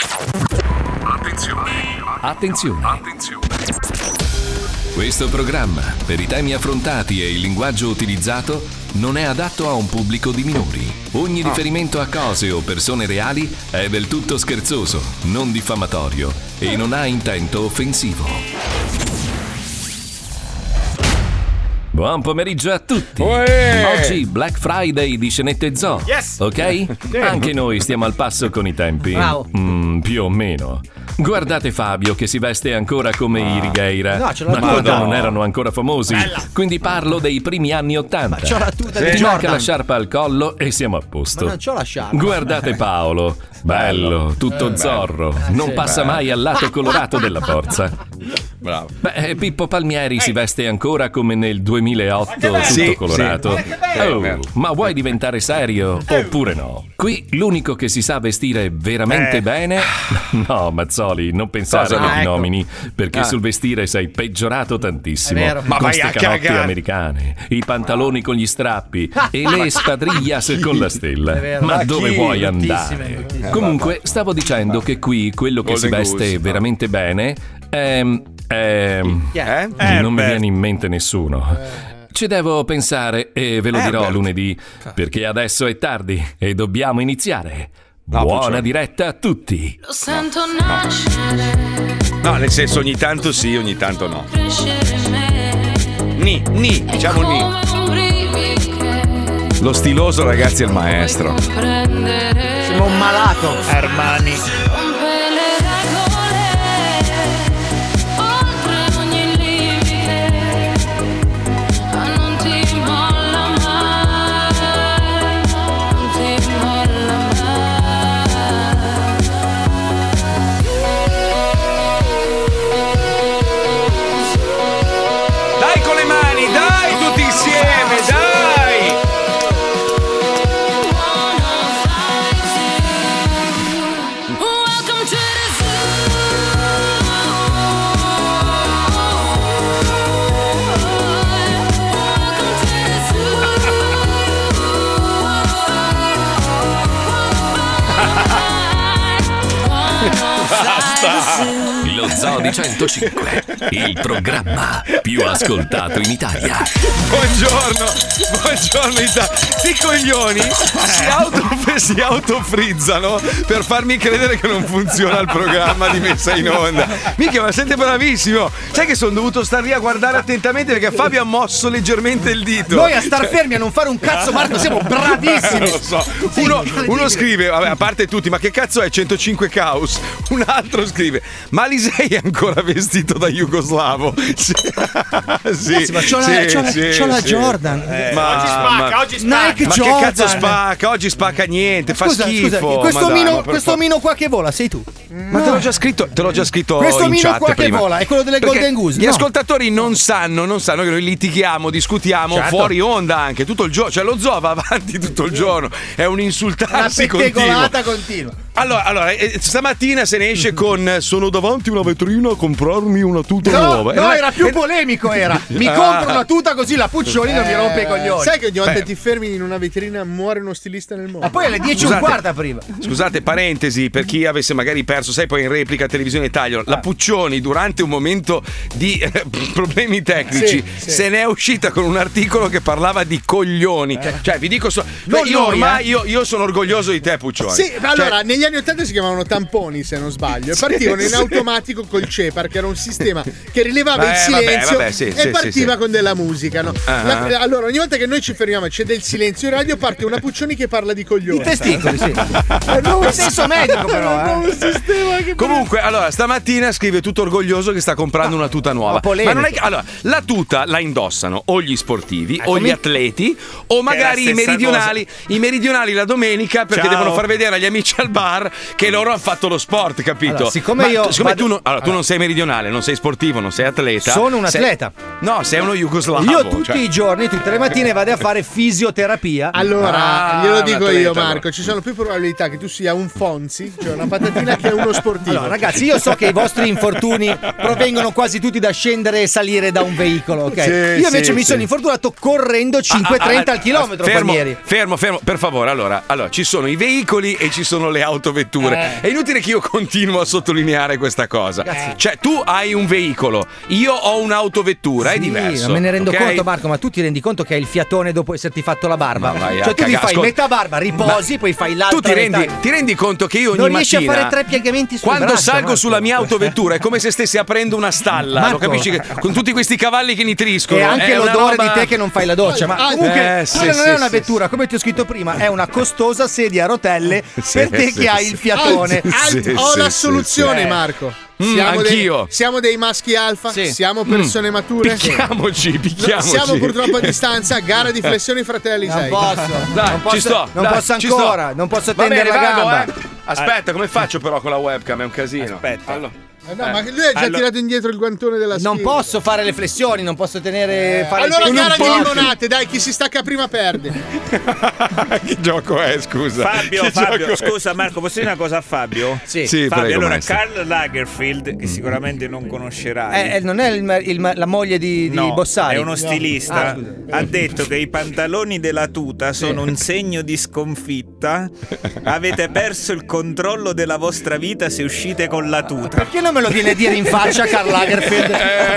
Attenzione. Questo programma, per i temi affrontati e il linguaggio utilizzato, non è adatto a un pubblico di minori. Ogni riferimento a cose o persone reali è del tutto scherzoso, non diffamatorio e non ha intento offensivo. Buon pomeriggio a tutti. Oggi Black Friday di Scenette Zoo. Yes. Ok? Anche noi stiamo al passo con i tempi. Bravo. Più o meno. Guardate Fabio che si veste ancora come i Righeira. No, ce l'ho ma la quando tuta. non erano ancora famosi. Bella. Quindi parlo dei primi anni '80. Ma c'ho la tuta di Ci manca Jordan. la sciarpa al collo e siamo a posto. Ma non c'ho la sciarpa. Guardate Paolo. Bello, tutto zorro. Non passa mai al lato colorato della forza. Bravo. Beh, Pippo Palmieri si veste ancora come nel 2008, tutto Sì, colorato. sì. Oh, ma vuoi diventare serio oppure no? Qui l'unico che si sa vestire veramente bene. No, Mazzoli, non pensare Cosa no? agli Ecco. nomini, perché sul vestire sei peggiorato tantissimo. È vero. Ma Con vai ste a canotte cagare. americane, i pantaloni con gli strappi e le spadriglias con la stella. È vero. Ma Ma dove chi? vuoi Bruttissime, andare? bruttissime. Comunque, stavo dicendo che qui quello che si Golden veste Goose, no? veramente bene è... Chi è? non mi beh. viene in mente nessuno. Ci devo pensare e ve lo dirò Herbert. lunedì, perché adesso è tardi e dobbiamo iniziare. No, Buona Puccioni. diretta a tutti. Lo sento nascere, No, nel senso ogni tanto sì, ogni tanto no. crescere in me. Diciamo ni. Come un brivido che Lo stiloso, ragazzi, è il maestro. puoi comprendere. Siamo un malato. Armani. Rompe le regole, oltre ogni limite, ma non ti molla mai, non ti molla Dai con le mani, dai tutti insieme, dai! Welcome to the Lo Zoo di 105, il programma più ascoltato in Italia. Buongiorno Italia. Sti coglioni si autofrizzano per farmi credere che non funziona il programma di messa in onda. Minchia, ma siete bravissimo. Sai che sono dovuto star lì a guardare attentamente perché Fabio ha mosso leggermente il dito. Noi a star fermi a non fare un cazzo, Marco, siamo bravissimi. Lo so. Uno scrive, vabbè, a parte tutti, ma che cazzo è 105 Caos? Un altro scrive, ma Lisei è ancora vestito da jugoslavo? Sì, Ragazzi, ma c'ho la Jordan. Oggi spacca. Nike Ma che Jordan. cazzo spacca? Oggi spacca niente, fa Scusa, schifo. questo Ma dai, omino, ma per questo omino qua che vola sei tu. Ma te l'ho già scritto Questo in omino chat qua che prima. vola è quello delle Perché Golden Goose. Gli No. ascoltatori non sanno che noi litighiamo, discutiamo Certo. fuori onda anche tutto il giorno. Cioè lo zoo va avanti tutto il giorno. È un Una insultarsi continuo. pettegolata continua. Allora, stamattina se ne esce con sono davanti a una vetrina a comprarmi una tuta No, nuova. no, era più polemico, era. Mi compro una tuta così la Puccioni non mi rompe i coglioni. Sai che ogni volta ti fermi in una vetrina muore uno stilista nel mondo. Ma poi alle 10:15 prima. Scusate, parentesi, per chi avesse magari perso, sai, poi in replica televisione Italia, la Puccioni durante un momento di problemi tecnici Sì. se ne è uscita con un articolo che parlava di coglioni. Cioè, vi dico io sono orgoglioso di te, Puccioni. Sì, ma allora Cioè, negli anni 80 si chiamavano tamponi se non sbaglio e partivano in automatico col CEPAR che era un sistema che rilevava il silenzio vabbè, sì, e sì, partiva sì. con della musica, no? Allora ogni volta che noi ci fermiamo e c'è del silenzio in radio parte una Puccioni che parla di coglioni. I testicoli, sì. È un In senso medico, però, è un nuovo sistema che Comunque, allora, stamattina scrive tutto orgoglioso che sta comprando una tuta nuova. Ma polemico. Ma non è che. Allora, la tuta la indossano o gli sportivi o gli atleti o magari È la i stessa meridionali. I meridionali la domenica perché Ciao. devono far vedere agli amici al bar che loro hanno fatto lo sport, capito? Allora, siccome Ma io siccome vado- tu non sei meridionale, non sei sportivo, non sei atleta. Sono un sei- atleta. No, sei uno jugoslavo. Io tutti cioè. i giorni, tutte le mattine vado a fare fisioterapia. Allora, Ah, glielo un dico atleta, io, allora. Marco, ci sono più probabilità che tu sia un Fonzi, cioè una patatina, che uno sportivo. Allora, ragazzi, io so che i vostri infortuni provengono quasi tutti da scendere e salire da un veicolo, ok? Sì, Io invece sì, mi sì. sono infortunato correndo 5,30 al chilometro, fermo, Palmieri. fermo, per favore. Allora, ci sono i veicoli e ci sono le auto autovetture. È inutile che io continuo a sottolineare questa cosa. Cioè, tu hai un veicolo, io ho un'autovettura, è diverso. Me ne rendo ok? conto, Marco, ma tu ti rendi conto che hai il fiatone dopo esserti fatto la barba? Ma vai a Cioè, tu ti cagare, fai ascolta. metà barba, riposi, poi fai l'altra. Tu ti rendi conto che io ogni non riesci mattina, a fare 3 piegamenti sulle quando braccia, salgo Marco. sulla mia autovettura è come se stessi aprendo una stalla, Marco. lo capisci? Con tutti questi cavalli che nitriscono. E anche è una l'odore roba- di te che non fai la doccia. Ma comunque sì, quella non sì, è una sì, vettura, come ti ho scritto prima, è una costosa sedia a rotelle per te sì, che hai sì. il fiatone. Ho la soluzione, sì. Marco. Anch'io. Siamo dei maschi alfa, Sì. siamo persone mature. Picchiamoci. Siamo purtroppo a distanza. Gara di flessioni, fratelli. Non sei. posso, Dai, non posso, ci sto. non dai, posso ci ancora, sto. non posso Va tendere bene, la vado, gamba. Aspetta, come faccio però con la webcam? È un casino. Aspetta. Allora. No, ma lui ha già tirato indietro il guantone della schiena. Non posso fare le flessioni, non posso tenere fare Allora il gara di un po'. limonate, dai, chi si stacca prima perde. Che gioco è, scusa? Fabio, Che Fabio, gioco è? scusa Marco, posso dire una cosa a Fabio? Sì. Sì, Fabio, prego, allora maestro. Karl Lagerfeld, che sicuramente non conoscerai. Non è la moglie di No, Bossari? è uno stilista. Ah, scusa. Ha detto che i pantaloni della tuta sono un segno di sconfitta. Avete perso il controllo della vostra vita se uscite con la tuta. Perché non me lo viene a dire in faccia Karl Lagerfeld?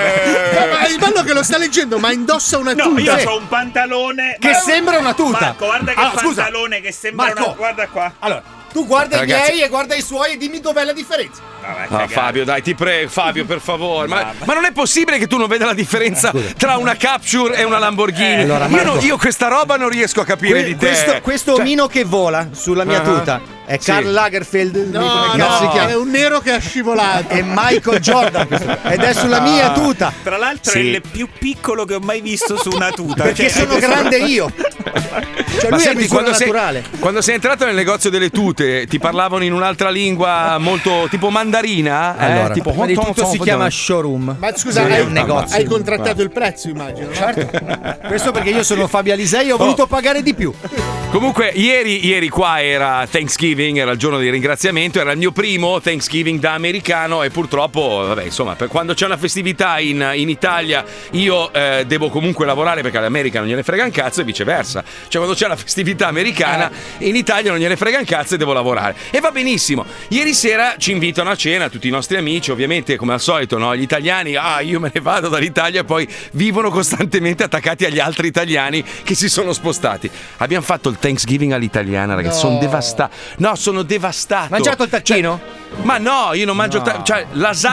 Ma il bello che lo sta leggendo, ma indossa una No, tuta. io ho un pantalone Che sembra una tuta. Marco, guarda che Allora, scusa. pantalone che sembra Marco. una. Guarda qua. Allora, tu guarda Ragazzi. i miei e guarda i suoi e dimmi dov'è la differenza. No, Fabio, dai, ti prego, Fabio, per favore. Ma non è possibile che tu non veda la differenza tra una Capture e una Lamborghini. Allora, io, Marco, io questa roba non riesco a capire di te. Questo omino che vola sulla mia tuta è Sì. Karl Lagerfeld. No, come cazzo si no, chiama? è un nero che ha scivolato. È Michael Jordan questo. Ed è sulla mia tuta. Tra l'altro Sì. è il più piccolo che ho mai visto su una tuta. Perché Cioè, sono grande io. Cioè Ma lui è senti, misura quando naturale. quando sei entrato nel negozio delle tute, ti parlavano in un'altra lingua molto tipo mandarina? Allora, tipo prima di tutto si chiama showroom. Ma scusa, Sì, hai, è un negozio. hai contrattato il prezzo, immagino. no? Certo. Questo perché io sono Fabio Alisei e ho voluto pagare di più. Comunque, ieri qua era Thanksgiving, era il giorno di ringraziamento, era il mio primo Thanksgiving da americano e purtroppo, vabbè, insomma, per quando c'è una festività in Italia io devo comunque lavorare perché all'America non gliene frega un cazzo e viceversa. Cioè quando c'è la festività americana in Italia non gliene frega un cazzo e devo lavorare. E va benissimo. Ieri sera ci invitano a cena tutti i nostri amici, ovviamente come al solito, no? Gli italiani, io me ne vado dall'Italia e poi vivono costantemente attaccati agli altri italiani che si sono spostati. Abbiamo fatto il Thanksgiving all'italiana, ragazzi, sono devastato. No, sono devastato. Mangiato il tacchino? Ma no, io non mangio cioè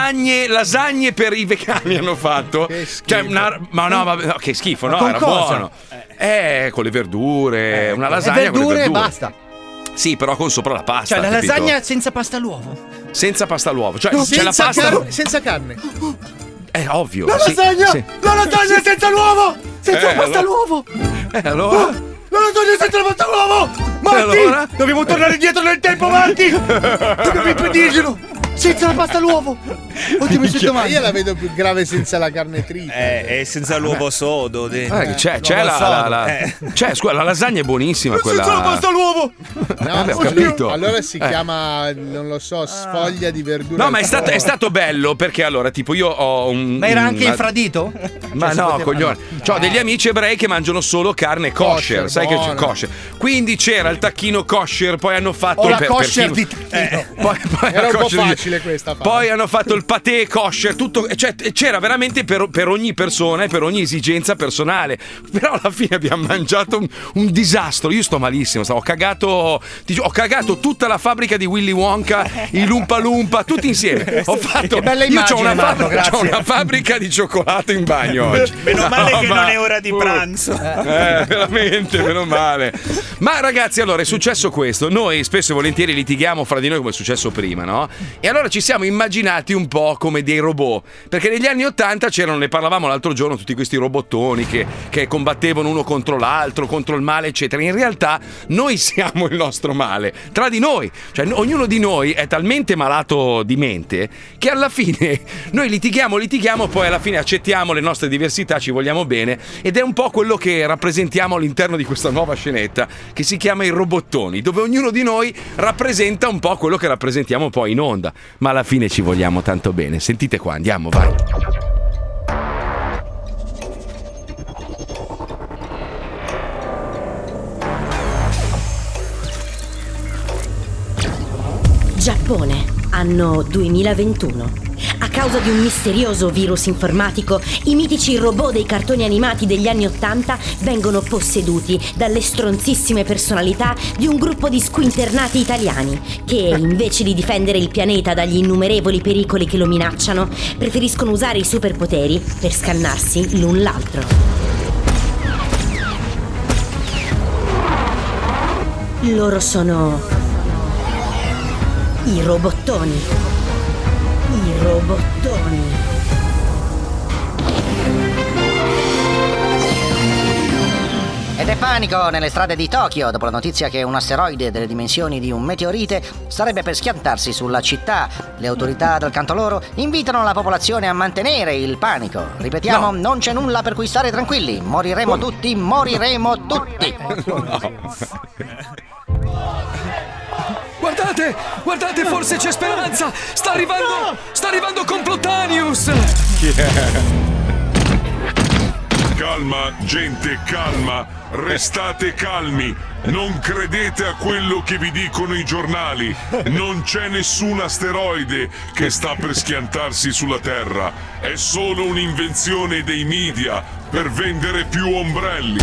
lasagne per i vegani hanno fatto. Che schifo. Cioè ma no, che schifo, no, con era cosa? buono. Con le verdure, una E lasagna con le verdure e verdure. basta. Sì, però con sopra la pasta. Cioè la capito? lasagna senza pasta all'uovo. senza pasta all'uovo, cioè c'è la Senza, pasta senza carne. è ovvio. La sì, lasagna! sì. La lasagna senza l'uovo! Senza pasta allora- all'uovo! Allora? La lasagna senza la pasta all'uovo! Marti! allora? Dobbiamo tornare indietro nel tempo, Marti! Dobbiamo impedirglielo! Senza la pasta all'uovo! Oddio, mi sento Ma male. io la vedo più grave senza la carne trita. È senza l'uovo sodo. C'è non lo so. c'è, scusa, la lasagna è buonissima quella. Senza la pasta all'uovo! No, vabbè, ho allora- capito. Allora si chiama, non lo so, sfoglia di verdura. No, ma è al stato, è forno. stato bello perché allora, tipo, io ho un. Ma era anche una- infradito? Ma Cioè, si no, poteva- coglione. C'ho degli amici ebrei che mangiano solo carne kosher. Kosher, Sai che c'è buono. kosher. Quindi c'era il tacchino kosher, poi hanno fatto O la per kosher chi- di tacchino. poi Era la un po' kosher di- facile questa fase. Poi hanno fatto il patè kosher, tutto, cioè c'era veramente per ogni persona e per ogni esigenza personale. Però alla fine abbiamo mangiato un disastro. Io sto malissimo, ho cagato ho cagato tutta la fabbrica di Willy Wonka, i Lumpa Lumpa, tutti insieme. Ho fatto Che bella io immagine, Marco, c'ho grazie. una fabbrica di cioccolato in bagno oggi. Meno male No, che ma- non è ora di pranzo. veramente, meno male. Ma ragazzi, allora è successo questo. Noi spesso e volentieri litighiamo fra di noi come è successo prima, no? E allora ci siamo immaginati un po' come dei robot. Perché negli anni '80 c'erano, ne parlavamo l'altro giorno, tutti questi robottoni che combattevano uno contro l'altro, contro il male, eccetera. In realtà noi siamo il nostro male, tra di noi. Cioè ognuno di noi è talmente malato di mente che alla fine noi litighiamo, poi alla fine accettiamo le nostre diversità, ci vogliamo bene ed è un po' quello che rappresentiamo all'interno di questa nuova scenetta che si chiama i robottoni, dove ognuno di noi rappresenta un po' quello che rappresentiamo poi in onda, ma alla fine ci vogliamo tanto bene. Sentite qua, andiamo, vai. l'anno 2021. A causa di un misterioso virus informatico, i mitici robot dei cartoni animati degli anni '80 vengono posseduti dalle stronzissime personalità di un gruppo di squinternati italiani che, invece di difendere il pianeta dagli innumerevoli pericoli che lo minacciano, preferiscono usare i superpoteri per scannarsi l'un l'altro. Loro sono i robottoni. I robottoni. Ed è panico nelle strade di Tokyo dopo la notizia che un asteroide delle dimensioni di un meteorite starebbe per schiantarsi sulla città. Le autorità, dal canto loro, invitano la popolazione a mantenere il panico. Ripetiamo, non c'è nulla per cui stare tranquilli. Moriremo tutti, moriremo tutti. Guardate, forse c'è speranza. Sta arrivando Complottanius. Chi è? Calma, gente, calma. Restate calmi. Non credete a quello che vi dicono i giornali. Non c'è nessun asteroide che sta per schiantarsi sulla Terra. È solo un'invenzione dei media per vendere più ombrelli.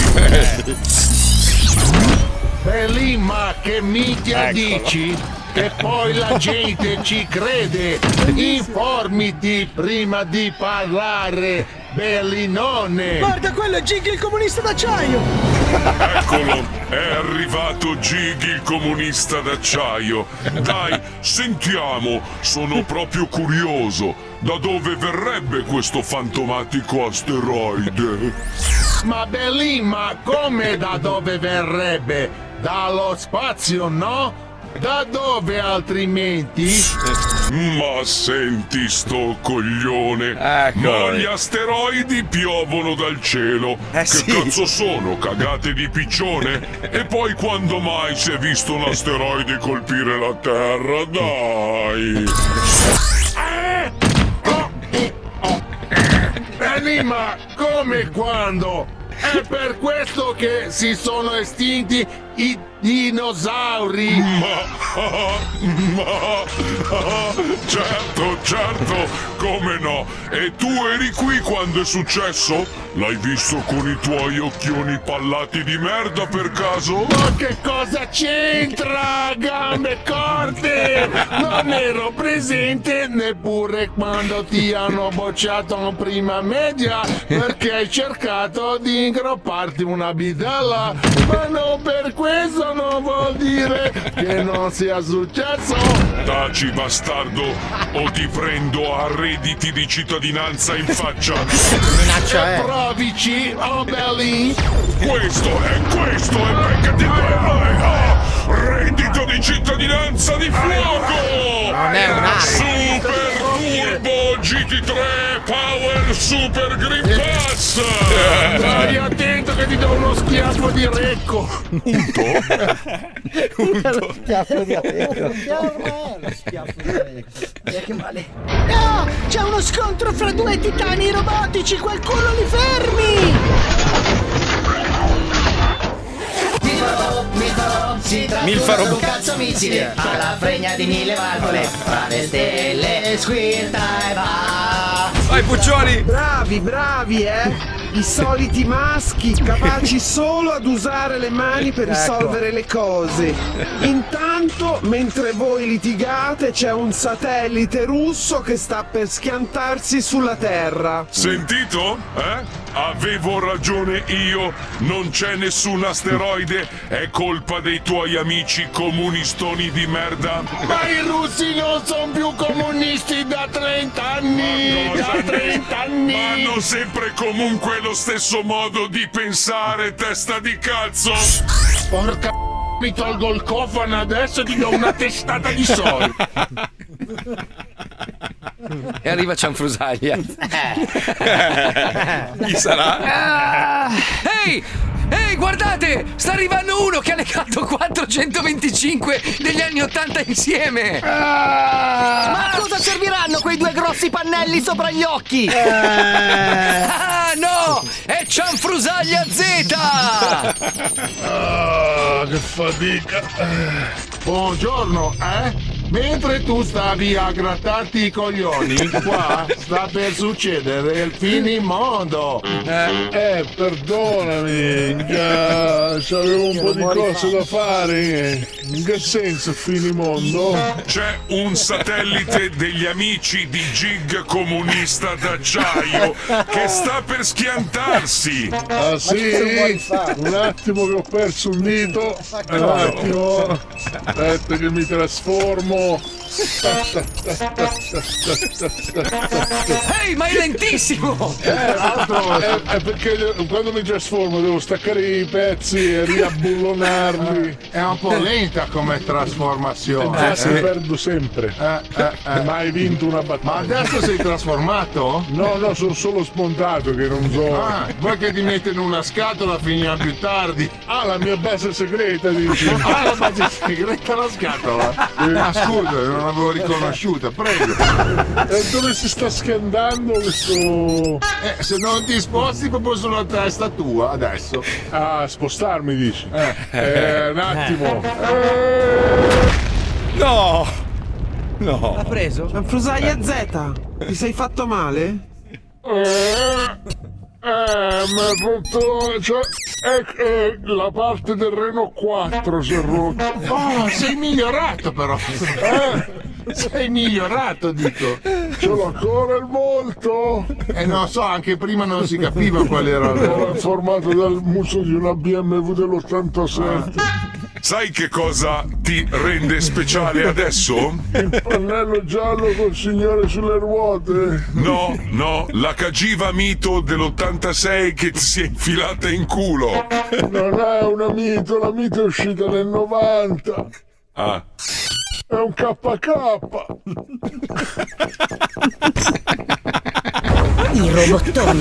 Lì, ma che minchia dici? E poi la gente ci crede. Informati prima di parlare, bellinone. Guarda, quello è Gigli il comunista d'acciaio. Eccolo, è arrivato Gigli il comunista d'acciaio. Dai, sentiamo, sono proprio curioso. Da dove verrebbe questo fantomatico asteroide? Ma Bellin, ma come da dove verrebbe? Dallo spazio, no? Da dove altrimenti? Ma senti sto coglione. Ma gli asteroidi piovono dal cielo. Che sì. cazzo sono? Cagate di piccione? E poi quando mai si è visto un asteroide colpire la Terra? Dai! Ma come quando? È per questo che si sono estinti i dinosauri. Certo, come no? E tu eri qui quando è successo? L'hai visto con i tuoi occhioni pallati di merda per caso? Ma che cosa c'entra? Gambe corte! Non ero presente neppure quando ti hanno bocciato in prima media perché hai cercato di ingropparti una bidella. Ma non per questo non vuol dire che non sia successo. Taci, bastardo, o ti prendo a redditi di cittadinanza in faccia. Minaccia è. Provici, oh Belli. Questo è beccati. Reddito di cittadinanza di fuoco. Non è un'arma. Super Turbo GT3 Power Super Green Pass. Stai attento che ti do uno schiaffo di recco. Lo schiaffo di Recco. Che male. No! C'è uno scontro fra due titani robotici! Qualcuno li fermi! Milfa robot. Un cazzo missile alla fregna di 1000 valvole. Fra le stelle squirta e va. Vai Puccioni! Bravi, I soliti maschi capaci solo ad usare le mani per risolvere le cose. Intanto, mentre voi litigate, c'è un satellite russo che sta per schiantarsi sulla Terra. Sentito? Avevo ragione io, non c'è nessun asteroide, è colpa dei tuoi amici comunistoni di merda. Ma i russi non sono più comunisti da 30 anni! Da 30 anni! Ma hanno sempre comunque lo stesso modo di pensare, testa di cazzo! Porca mi tolgo il cofano adesso e ti do una testata di soldi! E arriva Cianfrusaglia. Chi sarà? Ehi, guardate! Sta arrivando uno che ha legato 425 degli anni 80 insieme! Ma a cosa serviranno quei due grossi pannelli sopra gli occhi? Ah, no! È Cianfrusaglia Z! Che fatica! Buongiorno, Mentre tu stavi a grattarti i coglioni, qua sta per succedere il finimondo. Perdonami, c'avevo un po' di cose da fare. In che senso finimondo? C'è un satellite degli amici di Gig Comunista d'Acciaio che sta per schiantarsi. Ah sì? Un attimo che ho perso un dito. Un attimo. Aspetta che mi trasformo. Ehi, ma è lentissimo! È perché quando mi trasformo devo staccare i pezzi e riabbullonarli. È un po' lenta come trasformazione. Perdo sempre. Mai vinto una battaglia. Ma adesso sei trasformato? No, sono solo spontato che non so. Vuoi che ti metto in una scatola finiamo più tardi? La mia base segreta, dici? La base segreta la scatola? Scusa, non l'avevo riconosciuta, prego. E dove si sta scandando questo? Se non ti sposti proprio sulla testa tua, adesso. Spostarmi dici? Un attimo. No! L'ha preso? Frusaglia Z, ti sei fatto male? Mi ha rotto, la parte del Renault 4 si è rotta. Sei migliorato però. Sei migliorato, dico. Ce l'ho ancora il volto. Non so, anche prima non si capiva qual era. Ero informato dal muso di una BMW dell'87. Sai che cosa ti rende speciale adesso? Il pannello giallo col signore sulle ruote. No, la cagiva mito dell'86 che ti si è infilata in culo. Non è una mito, la mito è uscita nel 90. È un KK. I robottoni.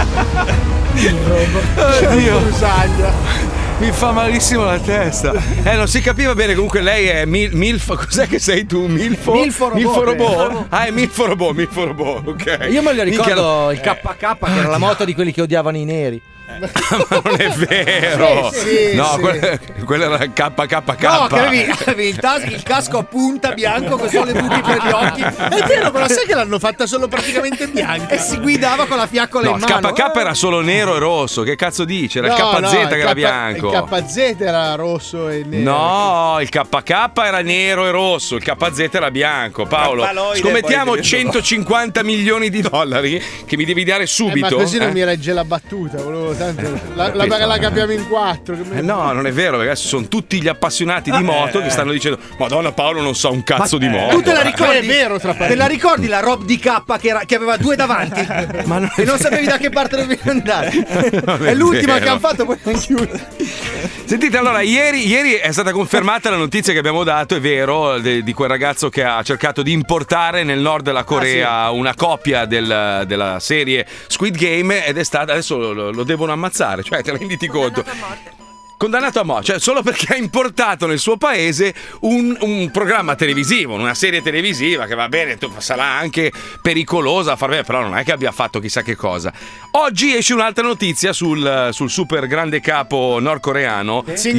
Oddio. Mi fa malissimo la testa. Non si capiva bene, comunque lei è Milfo. Cos'è che sei tu? Milfo robot? È Milfo robot, ok. Io me lo ricordo il KK, che era la moto di quelli che odiavano i neri. Ma non è vero. Sì, no, sì. Quello era il KKK. No, che avevi il casco a punta bianco con solo le buchi per gli occhi. È vero, però sai che l'hanno fatta solo praticamente bianca. E si guidava con la fiaccola in mano. Il KK era solo nero e rosso. Che cazzo dici? Era il KZ che era bianco. Il KZ era rosso e nero. No, il KK era nero e rosso. Il KZ era bianco. Paolo, scommettiamo 150 milioni di dollari che mi devi dare subito. Ma così non mi regge la battuta. Volevo tanto. La capiamo in 4. No, non è vero, ragazzi. Sono tutti gli appassionati di moto che stanno dicendo: Madonna, Paolo non sa un cazzo di moto. Tu te la ricordi? È vero, tra te la ricordi la Rob di K che aveva due davanti? E non sapevi da che parte dovevi andare. È l'ultima che hanno fatto, poi hanno chiuso. Sentite, allora, ieri è stata confermata la notizia che abbiamo dato, è vero, di quel ragazzo che ha cercato di importare nel nord della Corea una copia della serie Squid Game ed è stata, adesso lo devono ammazzare, cioè te renditi conto? Condannato a morte, cioè solo perché ha importato nel suo paese un programma televisivo, una serie televisiva che va bene, sarà anche pericolosa, però non è che abbia fatto chissà che cosa. Oggi esce un'altra notizia sul super grande capo nordcoreano Kim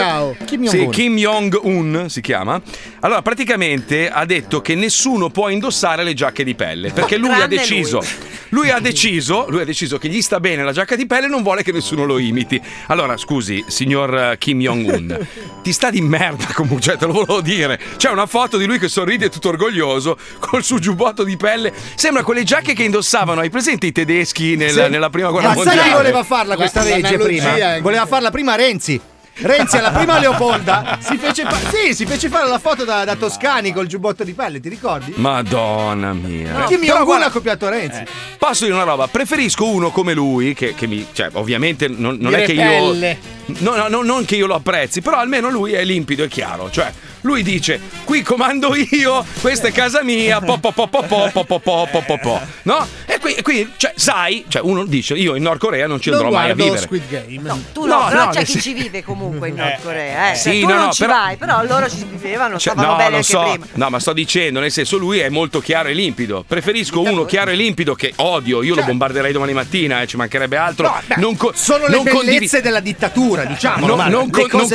Jong-un si chiama. Allora praticamente ha detto che nessuno può indossare le giacche di pelle perché lui ha deciso che gli sta bene la giacca di pelle e non vuole che nessuno lo imiti. Allora scusi signor Kim Jong-un, ti sta di merda comunque, cioè, te lo volevo dire. C'è una foto di lui che sorride tutto orgoglioso col suo giubbotto di pelle, sembra quelle giacche che indossavano, hai presente i tedesci nella prima guerra mondiale? Ma sai chi voleva farla questa legge prima? Voleva farla prima Renzi alla prima Leopolda si fece fare la foto da Toscani col giubbotto di pelle, ti ricordi? Madonna mia. No, Kim Jong-un ha copiato Renzi. Posso dire una roba, preferisco uno come lui che mi, cioè ovviamente non è che io non che io lo apprezzi, però almeno lui è limpido e chiaro, cioè lui dice qui comando io, questa è casa mia, no? E Quindi, cioè, sai, cioè uno dice io in Nord Corea non ci andrò mai a vivere. Squid Game. No, tu no, però c'è chi ci vive comunque in Nord Corea. Sì, tu no, non ci però- vai, però loro ci vivevano, Cioè, stavano bene lo anche so, prima. no, ma sto dicendo, nel senso, lui è molto chiaro e limpido. Preferisco uno chiaro e limpido che odio. Io lo bombarderei domani mattina, ci mancherebbe altro. No, beh, non sono le bellezze della dittatura, diciamo. Non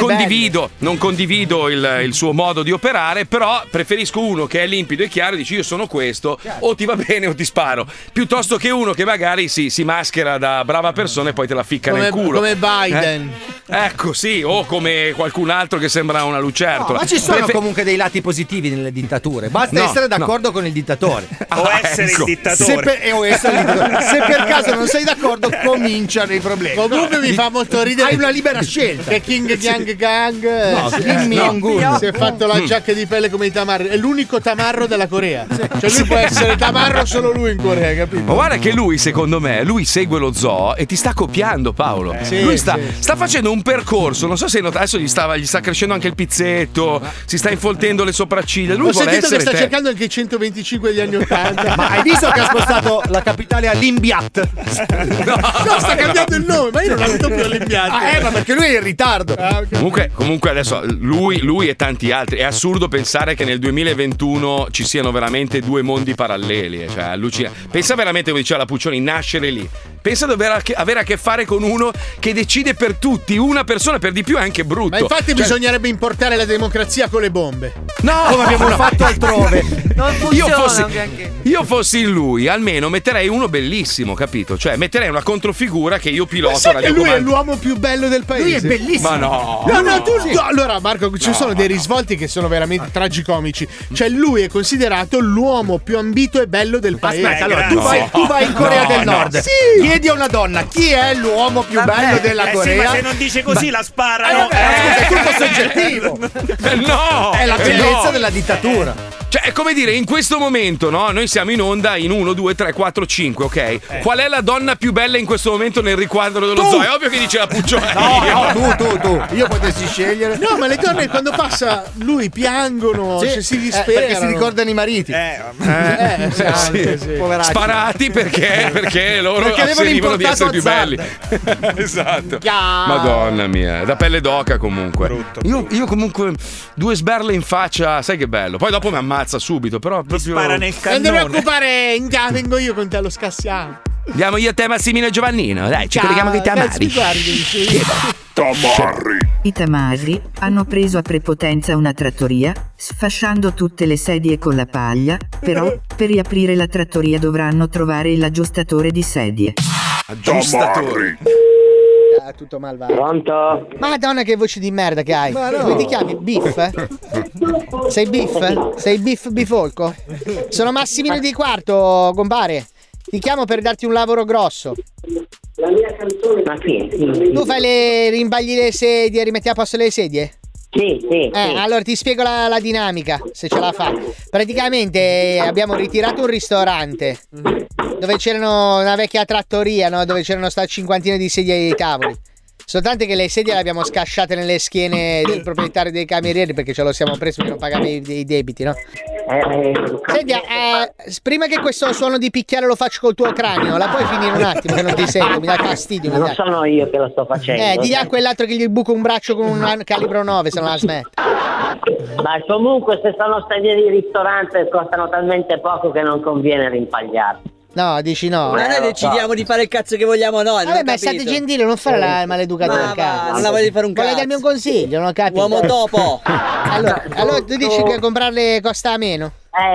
condivido il suo modo di operare, però preferisco uno che è limpido e chiaro e dici io sono questo, o ti va bene o ti sparo, piuttosto che uno che magari si maschera da brava persona e poi te la ficca nel culo. Come Biden. Ecco, sì, o come qualcun altro che sembra una lucertola. Ma ci sono comunque dei lati positivi nelle dittature. Basta essere d'accordo con il dittatore. O essere il dittatore. Se per caso non sei d'accordo, cominciano i problemi. Comunque mi fa molto ridere. Hai una libera scelta. Che King Gang Gang Kim Jong-un si è fatto la giacca di pelle come i tamarri. È l'unico tamarro della Corea. Cioè lui può essere tamarro solo lui in Corea, capito? Ma guarda che lui, secondo me, lui segue lo zoo e ti sta copiando, Paolo. Sì, Lui sta facendo un percorso, non so se hai notato, adesso gli sta crescendo anche il pizzetto, si sta infoltendo le sopracciglia. Lui Ho vuole sentito che essere sta te. cercando anche i 125 degli anni 80. Ma hai visto che ha spostato la capitale a Limbiat? No, sta cambiando il nome, ma io non abito più all'impianto. Ma perché lui è in ritardo. Okay. Comunque adesso lui e tanti altri, è assurdo pensare che nel 2021 ci siano veramente due mondi paralleli, cioè allucinante. Pensa veramente, come diceva la Puccioni, nascere lì. Pensa di avere a che fare con uno che decide per tutti, una persona, per di più è anche brutto. Ma infatti Cioè, bisognerebbe importare la democrazia con le bombe. No, come abbiamo fatto altrove. Non funziona io fossi in lui, almeno metterei uno bellissimo, capito? Cioè metterei una controfigura che io piloto. Sai che lui è l'uomo più bello del paese. Lui è bellissimo. Ma no. No, allora Marco, ci sono dei risvolti che sono veramente tragicomici. Cioè lui è considerato l'uomo più ambito e bello del paese. Aspetta, allora tu vai in Corea del Nord. Sì. Chiedi a una donna chi è l'uomo più bello della Corea. Sì, ma se non dice così la sparano. Scusa, è tutto soggettivo. No! È la bellezza della dittatura. Cioè, è come dire, in questo momento, no? Noi siamo in onda in 1, 2, 3, 4, 5, ok? Qual è la donna più bella in questo momento nel riquadro dello zoo? È ovvio che dice la Puccioni. No, tu. Io potessi scegliere. No, ma le donne quando passa lui piangono, Sì, cioè, si disperano. perché si ricordano i mariti. Sì. Poveracci. Sparati perché loro Perché avevano asserivano di essere più belli. importato Esatto. Madonna mia, da pelle d'oca comunque. Io comunque due sberle in faccia, sai che bello. Poi dopo mi ammazza subito, però proprio. Spara nel Non cannone. ti preoccupare, vengo io con te allo scassiamo. Andiamo io a te, Massimino e Giovannino. Dai, ci colleghiamo con i tamari. Tamarri. I tamari hanno preso a prepotenza una trattoria, sfasciando tutte le sedie con la paglia, però per riaprire la trattoria dovranno trovare l'aggiustatore di sedie. Aggiustatore. Tutto malvagio. Pronto? Madonna, che voce di merda che hai. Ma no. Come ti chiami? Biff? Sei Biff? Sei Biff Bifolco? Sono Massimino di Quarto, compare. Ti chiamo per darti un lavoro grosso. La mia canzone. Ma che? Tu fai rimbagli le sedie, rimetti a posto le sedie? Sì. Allora ti spiego la dinamica, se ce la fa. Praticamente abbiamo ritirato un ristorante dove c'erano una vecchia trattoria, no? Dove c'erano sta cinquantina di sedie e dei tavoli. Soltanto che le sedie le abbiamo scasciate nelle schiene del proprietario dei camerieri perché ce lo siamo preso per non pagare i debiti, no? Senti, prima che questo suono di picchiare lo faccio col tuo cranio, la puoi finire un attimo che non ti sento, mi dà fastidio. Non sono io che lo sto facendo. Digli a quell'altro che gli buco un braccio con un calibro 9 se non la smette. Ma comunque se sono sedie di ristorante costano talmente poco che non conviene rimpagliarli. No, dici no. Ma noi decidiamo di fare il cazzo che vogliamo noi. Vabbè, ma state gentili, non fare la maleducatura. Non la voglio fare un cazzo. Vuole darmi un consiglio, non ho capito. Uomo topo. Allora tu dici che comprarle costa meno?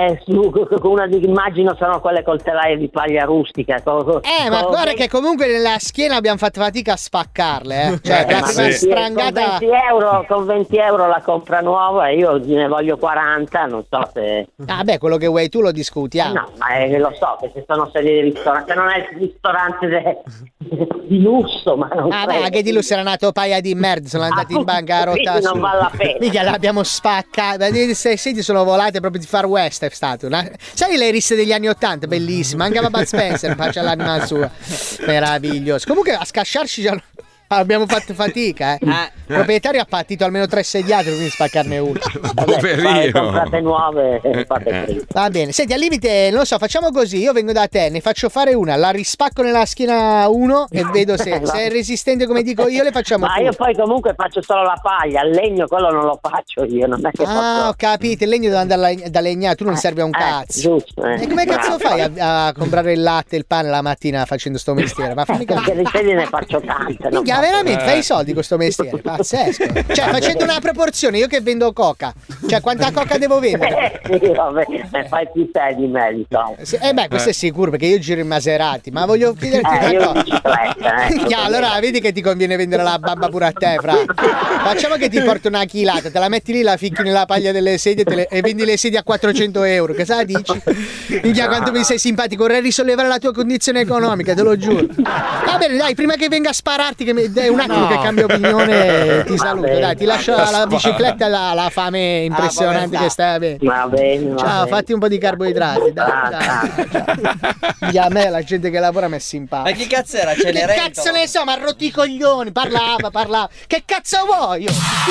Una di immagino sono quelle col telaio di paglia rustica. Ma guarda che comunque nella schiena abbiamo fatto fatica a spaccarle, Cioè, la prima sprangata. Con 20 euro la compra nuova e io ne voglio 40, non so se. Ah, beh, quello che vuoi tu lo discutiamo. No, ma lo so che se sono sedie di ristorante, non è il ristorante di lusso, ma non beh, che di lusso era nato paia di merda, sono andati in banca a rotta. Non vale la pena. Mica l'abbiamo spaccata. Le sedie sono volate proprio di Far West. È stato sai le risse degli anni 80, bellissime, anche a Bud Spencer faccia l'anima sua, meraviglioso. Comunque a scasciarci già abbiamo fatto fatica, proprietario ha partito almeno 3 sediate, quindi spaccarne una. Poverino. Comprate nuove e fate prima. Va bene, senti, al limite, non lo so, facciamo così, io vengo da te, ne faccio fare una, la rispacco nella schiena uno e vedo se è resistente come dico io, le facciamo Ma tu. io poi comunque faccio solo la paglia, il legno quello non lo faccio io, non è che Ah, ho capito, il legno deve andare da legnare, tu non serve a un cazzo. Giusto, E come cazzo fai a comprare il latte e il pane la mattina facendo sto mestiere? Ma fammi Perché capire. di sedie ne faccio tante. non Minchia, posso. veramente fai i soldi con sto mestiere? Pazzesco. Cioè, facendo una proporzione, io che vendo coca, cioè quanta coca devo vendere? Sì, vabbè, ne fai più te di me, diciamo. Questo è sicuro perché io giro in Maserati, ma voglio chiederti io una in bicicletta, cosa. Minchia, allora vedi che ti conviene vendere la bamba pure a te, fra. Facciamo che ti porto una chilata, te la metti lì, la ficchi nella paglia delle sedie e vendi le sedie a 400 euro. Che sa dici? Minchia, quanto mi sei simpatico, vorrei risollevare la tua condizione economica, te lo giuro. Va bene, dai, prima che venga a spararti, che è un attimo che cambio opinione, ti saluto, dai, ti lascio la bicicletta e la fame impressionante che stai avendo. Va bene. Ciao, fatti un po' di carboidrati, dai. A me la gente che lavora mi è simpatica. Ma chi cazzo era? Che cazzo ne so, ma ha rotto i coglioni, parlava. Che cazzo vuoi?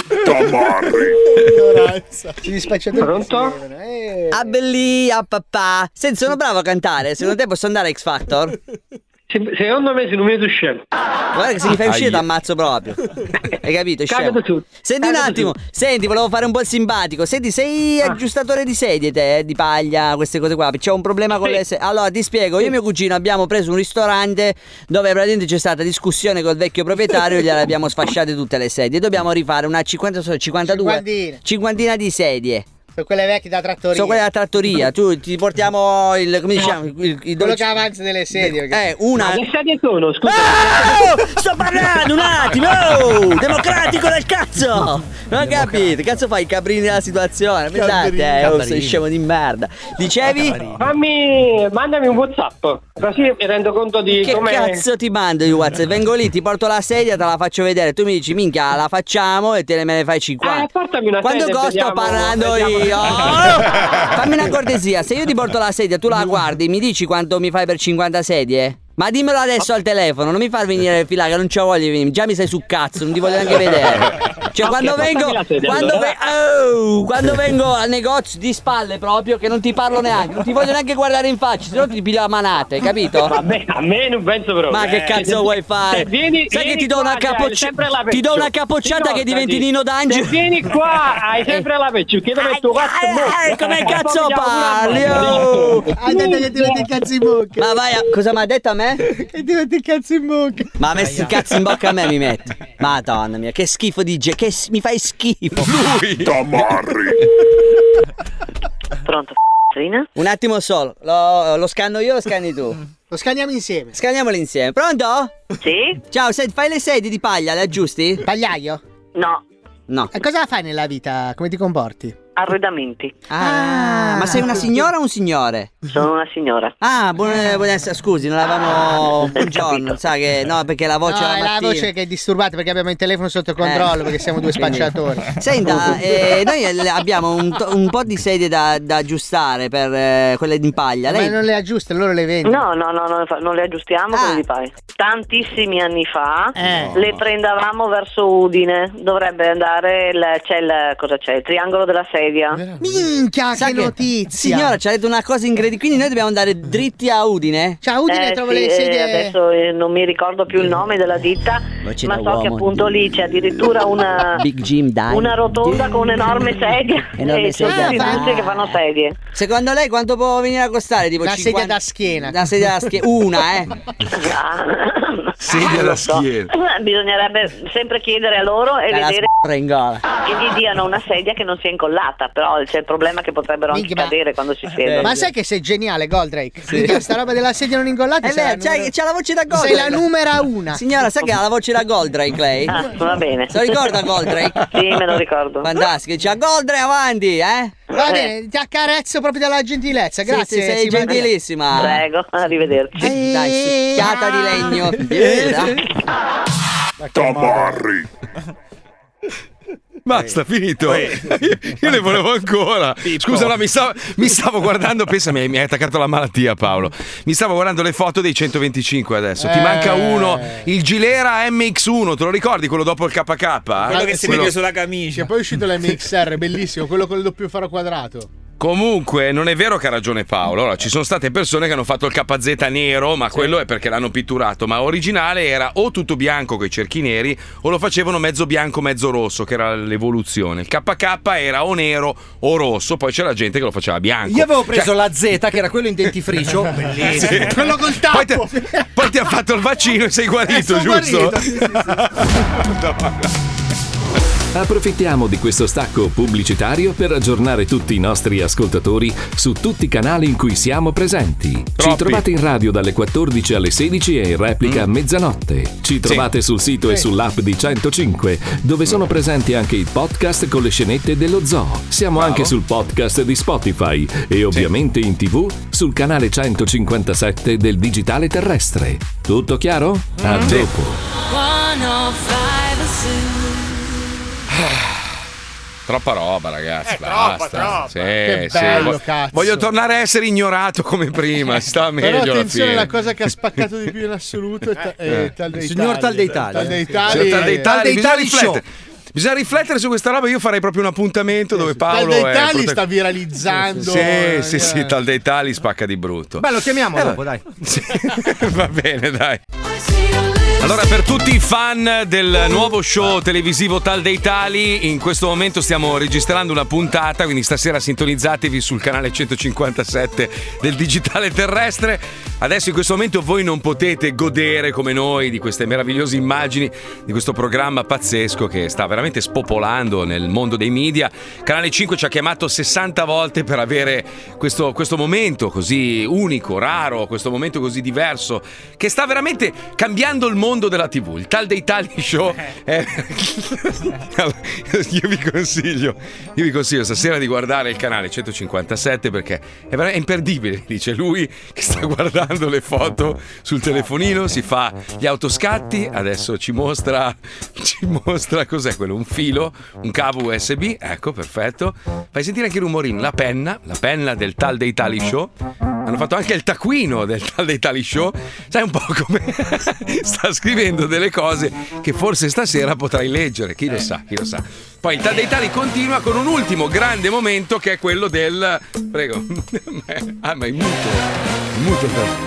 Si dispacciatori. Pronto? Ah belli, ah papà. Senti, sono bravo a cantare. Secondo te posso andare a X Factor? Secondo me se non mi vedo scemo. Guarda che se mi fai uscire ti ammazzo proprio. Hai capito? Scemo. Senti un attimo. Senti, volevo fare un po' il simpatico. Senti, sei aggiustatore di sedie te, di paglia, queste cose qua. C'è un problema con le sedie. Allora ti spiego, io e mio cugino abbiamo preso un ristorante dove praticamente c'è stata discussione col vecchio proprietario e gliele abbiamo sfasciate tutte le sedie. Dobbiamo rifare una 52 cinquantina di sedie. Sono quelle vecchie da trattoria. Sono quelle da trattoria. Tu ti portiamo il, come diciamo, il quello che avanza delle sedie. Una. Ma che sedie sono? Scusa. Sto parlando un attimo! Democratico del cazzo! Non capite? Cazzo fai i cabrini della situazione? Pensate, sei scemo di merda. Dicevi? Mandami un WhatsApp. Così mi rendo conto di che come. Cazzo ti mando di WhatsApp? Vengo lì, ti porto la sedia, te la faccio vedere. Tu mi dici, minchia, la facciamo e me ne fai 50. Portami una Quanto sedia, costa vediamo, parlando io? Fammi una cortesia, se io ti porto la sedia, tu la guardi, mi dici quanto mi fai per 50 sedie? Ma dimmelo adesso al telefono, non mi far venire fila che non c'ho voglia di venire. Già mi sei su cazzo, non ti voglio neanche vedere. Cioè quando vengo al negozio di spalle proprio, che non ti parlo neanche, non ti voglio neanche guardare in faccia, se no ti piglio a manate, capito? Vabbè, a me non penso proprio. Ma che cazzo vuoi fare? Sai che ti do una capocciata che diventi Nino D'Angelo? Vieni qua, hai sempre la peggio, chiedo il tuo cazzo in bocca. Come cazzo parli? Oh! Ha detto che ti metti il cazzo in bocca. Ma vai, cosa mi ha detto a me? Che ti metti il cazzo in bocca. Ma messi il cazzo in bocca a me mi metti. Madonna mia, che schifo di che mi fai schifo. Lui Tamarri. Pronto, Trina? Un attimo solo, lo scanno io o lo scanni tu? Lo scanniamo insieme. Scanniamolo insieme. Pronto? Sì? Ciao, senti, fai le sedie di paglia, le aggiusti? Pagliaio? No. No. E cosa fai nella vita? Come ti comporti? Arredamenti. Ma sei una signora o un signore? Sono una signora. Ah, buonasera, scusi, non avevamo. Buongiorno, sa che. No, perché la voce No, la è la mattina. voce che è disturbata perché abbiamo il telefono sotto controllo, perché siamo due Quindi- spacciatori. Senta, noi abbiamo un po' di sedie da aggiustare per quelle in paglia. Ma Lei. non le aggiusta, loro le vendono. No, non le aggiustiamo come vi pare. Tantissimi anni fa le prendavamo verso Udine. Dovrebbe andare cosa c'è? Il triangolo della sedia. Minchia, Sa che notizia! Signora, ci ha detto una cosa incredibile. Quindi noi dobbiamo andare dritti a Udine? Cioè, a Udine trovo sì, le sedie. adesso non mi ricordo più il nome della ditta, Voce ma da so che uomo. appunto lì c'è addirittura una Big Jim, dai. una rotonda con un'enorme sedia Enorme e sono sedia. tutti Ah, industrie che fanno sedie. Secondo lei quanto può venire a costare? Tipo Una 50... sedia da schiena. Una sedia da schiena. Una, Sedia alla schiena. Bisognerebbe sempre chiedere a loro e La vedere s***a in gola. che gli diano una sedia che non sia incollata, però c'è il problema che potrebbero anche Minchia, ma- cadere quando si siedono. Ma sai che sei geniale, Goldrake? Minchia, sta roba della sedia non incollata È vero, c'ha la voce da Goldrake. Sei la numera una. Signora, sa che ha la voce da Goldrake lei? Va bene. Se lo ricorda Goldrake? Sì, me lo ricordo. Fantastico, dice Goldrake avanti, Va bene, ti accarezzo proprio dalla gentilezza, Sì, grazie. sì, sei si vede. gentilissima. Prego, arrivederci. Dai, succhiata di legno. Tamarri. Basta, finito. Io ne volevo ancora. Scusa, no, mi stavo guardando. Pensa, mi hai attaccato la malattia, Paolo. Mi stavo guardando le foto dei 125 adesso. Ti manca uno, il Gilera MX1. Te lo ricordi quello dopo il KK? Quello che si vede sulla camicia. Che poi è uscito l'MXR, bellissimo, quello con il doppio faro quadrato. Comunque non è vero che ha ragione Paolo. Allora, ci sono state persone che hanno fatto il KZ nero, ma quello è perché l'hanno pitturato. Ma originale era o tutto bianco con i cerchi neri o lo facevano mezzo bianco mezzo rosso, che era l'evoluzione. Il KK era o nero o rosso, poi c'era gente che lo faceva bianco. Io avevo preso la Z, che era quello in dentifricio. Bellissimo. Sì. Quello col tappo. Poi ti ha fatto il vaccino e sei guarito, giusto? Approfittiamo di questo stacco pubblicitario per aggiornare tutti i nostri ascoltatori su tutti i canali in cui siamo presenti. Ci trovate in radio dalle 14 alle 16 e in replica a mezzanotte. Ci trovate sul sito e sull'app di 105, dove sono presenti anche i podcast con le scenette dello zoo. Siamo anche sul podcast di Spotify e ovviamente in TV sul canale 157 del digitale terrestre. Tutto chiaro? A dopo. Troppa roba, ragazzi. Troppa. Che Sì, bello, cazzo. Voglio tornare a essere ignorato come prima. Si sta meglio. Però alla attenzione, fine. la cosa che ha spaccato di più in assoluto è Tal dei Signor Tal dei Tali. Tali. Tal dei Tali, bisogna Tali Show. riflettere. Bisogna riflettere su questa roba. Io farei proprio un appuntamento dove Paolo Tal dei è Tali sta viralizzando. Sì, Tal dei Tali spacca di brutto. Beh, lo chiamiamo dopo, dai. Va bene, dai. Allora, per tutti i fan del nuovo show televisivo Tal dei Tali, in questo momento stiamo registrando una puntata, quindi stasera sintonizzatevi sul canale 157 del digitale terrestre. Adesso in questo momento voi non potete godere come noi di queste meravigliose immagini di questo programma pazzesco che sta veramente spopolando nel mondo dei media. Canale 5 ci ha chiamato 60 volte per avere questo momento così unico, raro, questo momento così diverso che sta veramente cambiando il mondo della TV. Il Tal dei Tali Show io vi consiglio stasera di guardare il canale 157 perché è imperdibile, dice lui che sta guardando le foto sul telefonino, si fa gli autoscatti, adesso ci mostra cos'è quello, un filo, un cavo USB, ecco, perfetto. Fai sentire anche i rumorino, la penna del Tal dei Tali Show. Hanno fatto anche il taccuino del Tal dei Tali Show. Sai un po' come sta scrivendo delle cose che forse stasera potrai leggere, chi lo sa. Poi il Tal dei Tali continua con un ultimo grande momento che è quello del... Prego. Ma è muto.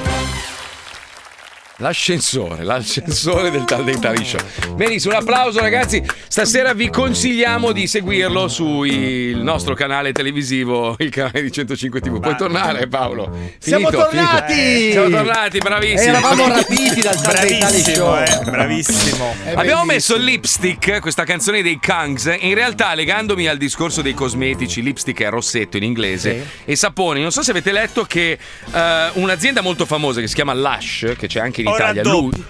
L'ascensore del Tal dei Tali Show. Benissimo, un applauso ragazzi. Stasera vi consigliamo di seguirlo sul nostro canale televisivo, il canale di 105 TV. Puoi tornare, Paolo. Siamo tornati! Siamo tornati, bravissimi. Eravamo rapiti dal Tal dei Tali Show. Bravissimo. Abbiamo messo Lipstick, questa canzone dei Kangs. In realtà, legandomi al discorso dei cosmetici, lipstick è rossetto in inglese, e saponi. Non so se avete letto che un'azienda molto famosa che si chiama Lush, che c'è anche in Italia,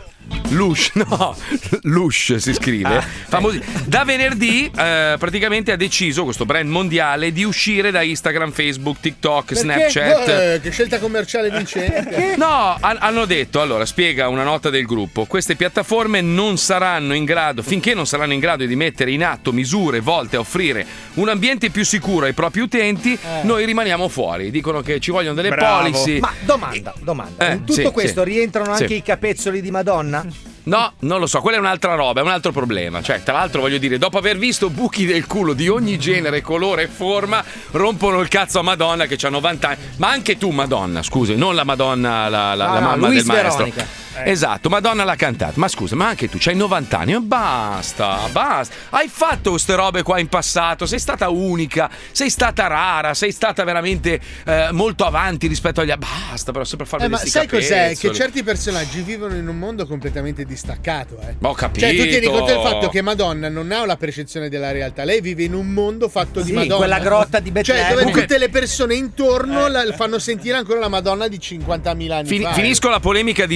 Lush si scrive, famosi. Da venerdì praticamente ha deciso questo brand mondiale di uscire da Instagram, Facebook, TikTok, Perché? Snapchat. Che scelta commerciale vincente. No, hanno detto, allora spiega una nota del gruppo, queste piattaforme non saranno in grado, finché non saranno in grado di mettere in atto misure volte a offrire un ambiente più sicuro ai propri utenti, noi rimaniamo fuori. Dicono che ci vogliono delle policy. Ma domanda. In tutto questo rientrano anche i capezzoli di Madonna? No, non lo so, quella è un'altra roba, è un altro problema. Cioè, tra l'altro voglio dire, dopo aver visto buchi del culo di ogni genere, colore e forma, rompono il cazzo a Madonna che ha 90 anni. Ma anche tu, Madonna, scusi, non la Madonna, la mamma del maestro. Veronica. Esatto, Madonna l'ha cantata. Ma scusa, ma anche tu c'hai 90 anni, basta. Hai fatto queste robe qua in passato, sei stata unica, sei stata rara, sei stata veramente molto avanti rispetto agli altri. Basta, però sempre fare Ma sai cos'è? Che certi personaggi vivono in un mondo completamente distaccato. Ma ho capito. Cioè, tu tieni conto del fatto che Madonna non ha la percezione della realtà. Lei vive in un mondo fatto di Madonna. Quella grotta di Betlemme. Cioè, dove tutte le persone intorno la fanno sentire ancora la Madonna di 50.000 anni fa. Finisco la polemica di Lush.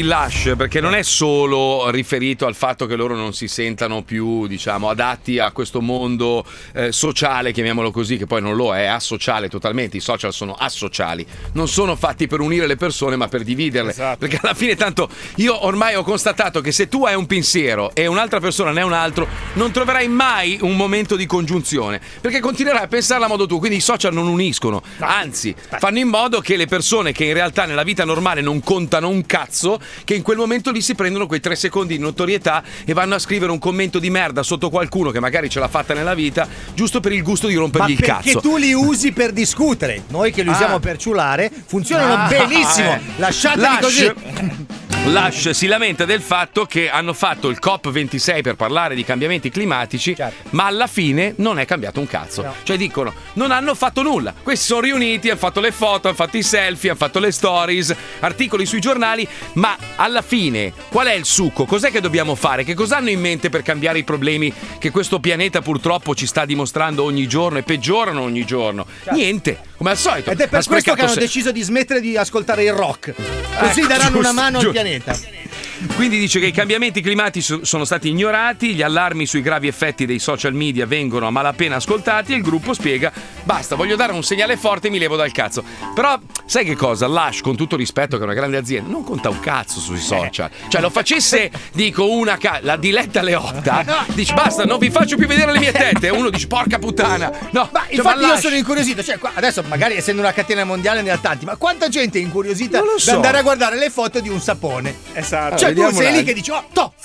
Lush, perché non è solo riferito al fatto che loro non si sentano più, diciamo, adatti a questo mondo sociale, chiamiamolo così, che poi non lo è asociale totalmente. I social sono asociali, non sono fatti per unire le persone ma per dividerle. Esatto. Perché alla fine tanto io ormai ho constatato che se tu hai un pensiero e un'altra persona ne ha un altro, non troverai mai un momento di congiunzione, perché continuerai a pensarla a modo tuo. Quindi i social non uniscono, anzi fanno in modo che le persone che in realtà nella vita normale non contano un cazzo, che in quel momento lì si prendono quei 3 secondi di notorietà e vanno a scrivere un commento di merda sotto qualcuno che magari ce l'ha fatta nella vita, giusto per il gusto di rompergli il cazzo. Perché tu li usi per discutere, noi che li usiamo per ciulare funzionano benissimo. Lasciateli così. Lush si lamenta del fatto che hanno fatto il COP26 per parlare di cambiamenti climatici, ma alla fine non è cambiato un cazzo. Cioè dicono, non hanno fatto nulla. Questi sono riuniti, hanno fatto le foto, hanno fatto i selfie, hanno fatto le stories, articoli sui giornali, ma alla fine qual è il succo? Cos'è che dobbiamo fare? Che cosa hanno in mente per cambiare i problemi che questo pianeta purtroppo ci sta dimostrando ogni giorno e peggiorano ogni giorno? Niente, come al solito. Ed è per questo che hanno deciso di smettere di ascoltare il rock. Così daranno una mano al pianeta. Quindi dice che i cambiamenti climatici sono stati ignorati, gli allarmi sui gravi effetti dei social media vengono a malapena ascoltati e il gruppo spiega: basta, voglio dare un segnale forte e mi levo dal cazzo. Però sai che cosa? Lush, con tutto rispetto che è una grande azienda, non conta un cazzo sui social. Cioè lo facesse, dico, la Diletta Leotta, dice basta, non vi faccio più vedere le mie tette, e uno dice porca puttana. No, ma infatti io sono incuriosito, cioè adesso magari essendo una catena mondiale ne ha tanti, ma quanta gente è incuriosita da andare a guardare le foto di un sapone? Esatto. Cioè tu sei lì che dici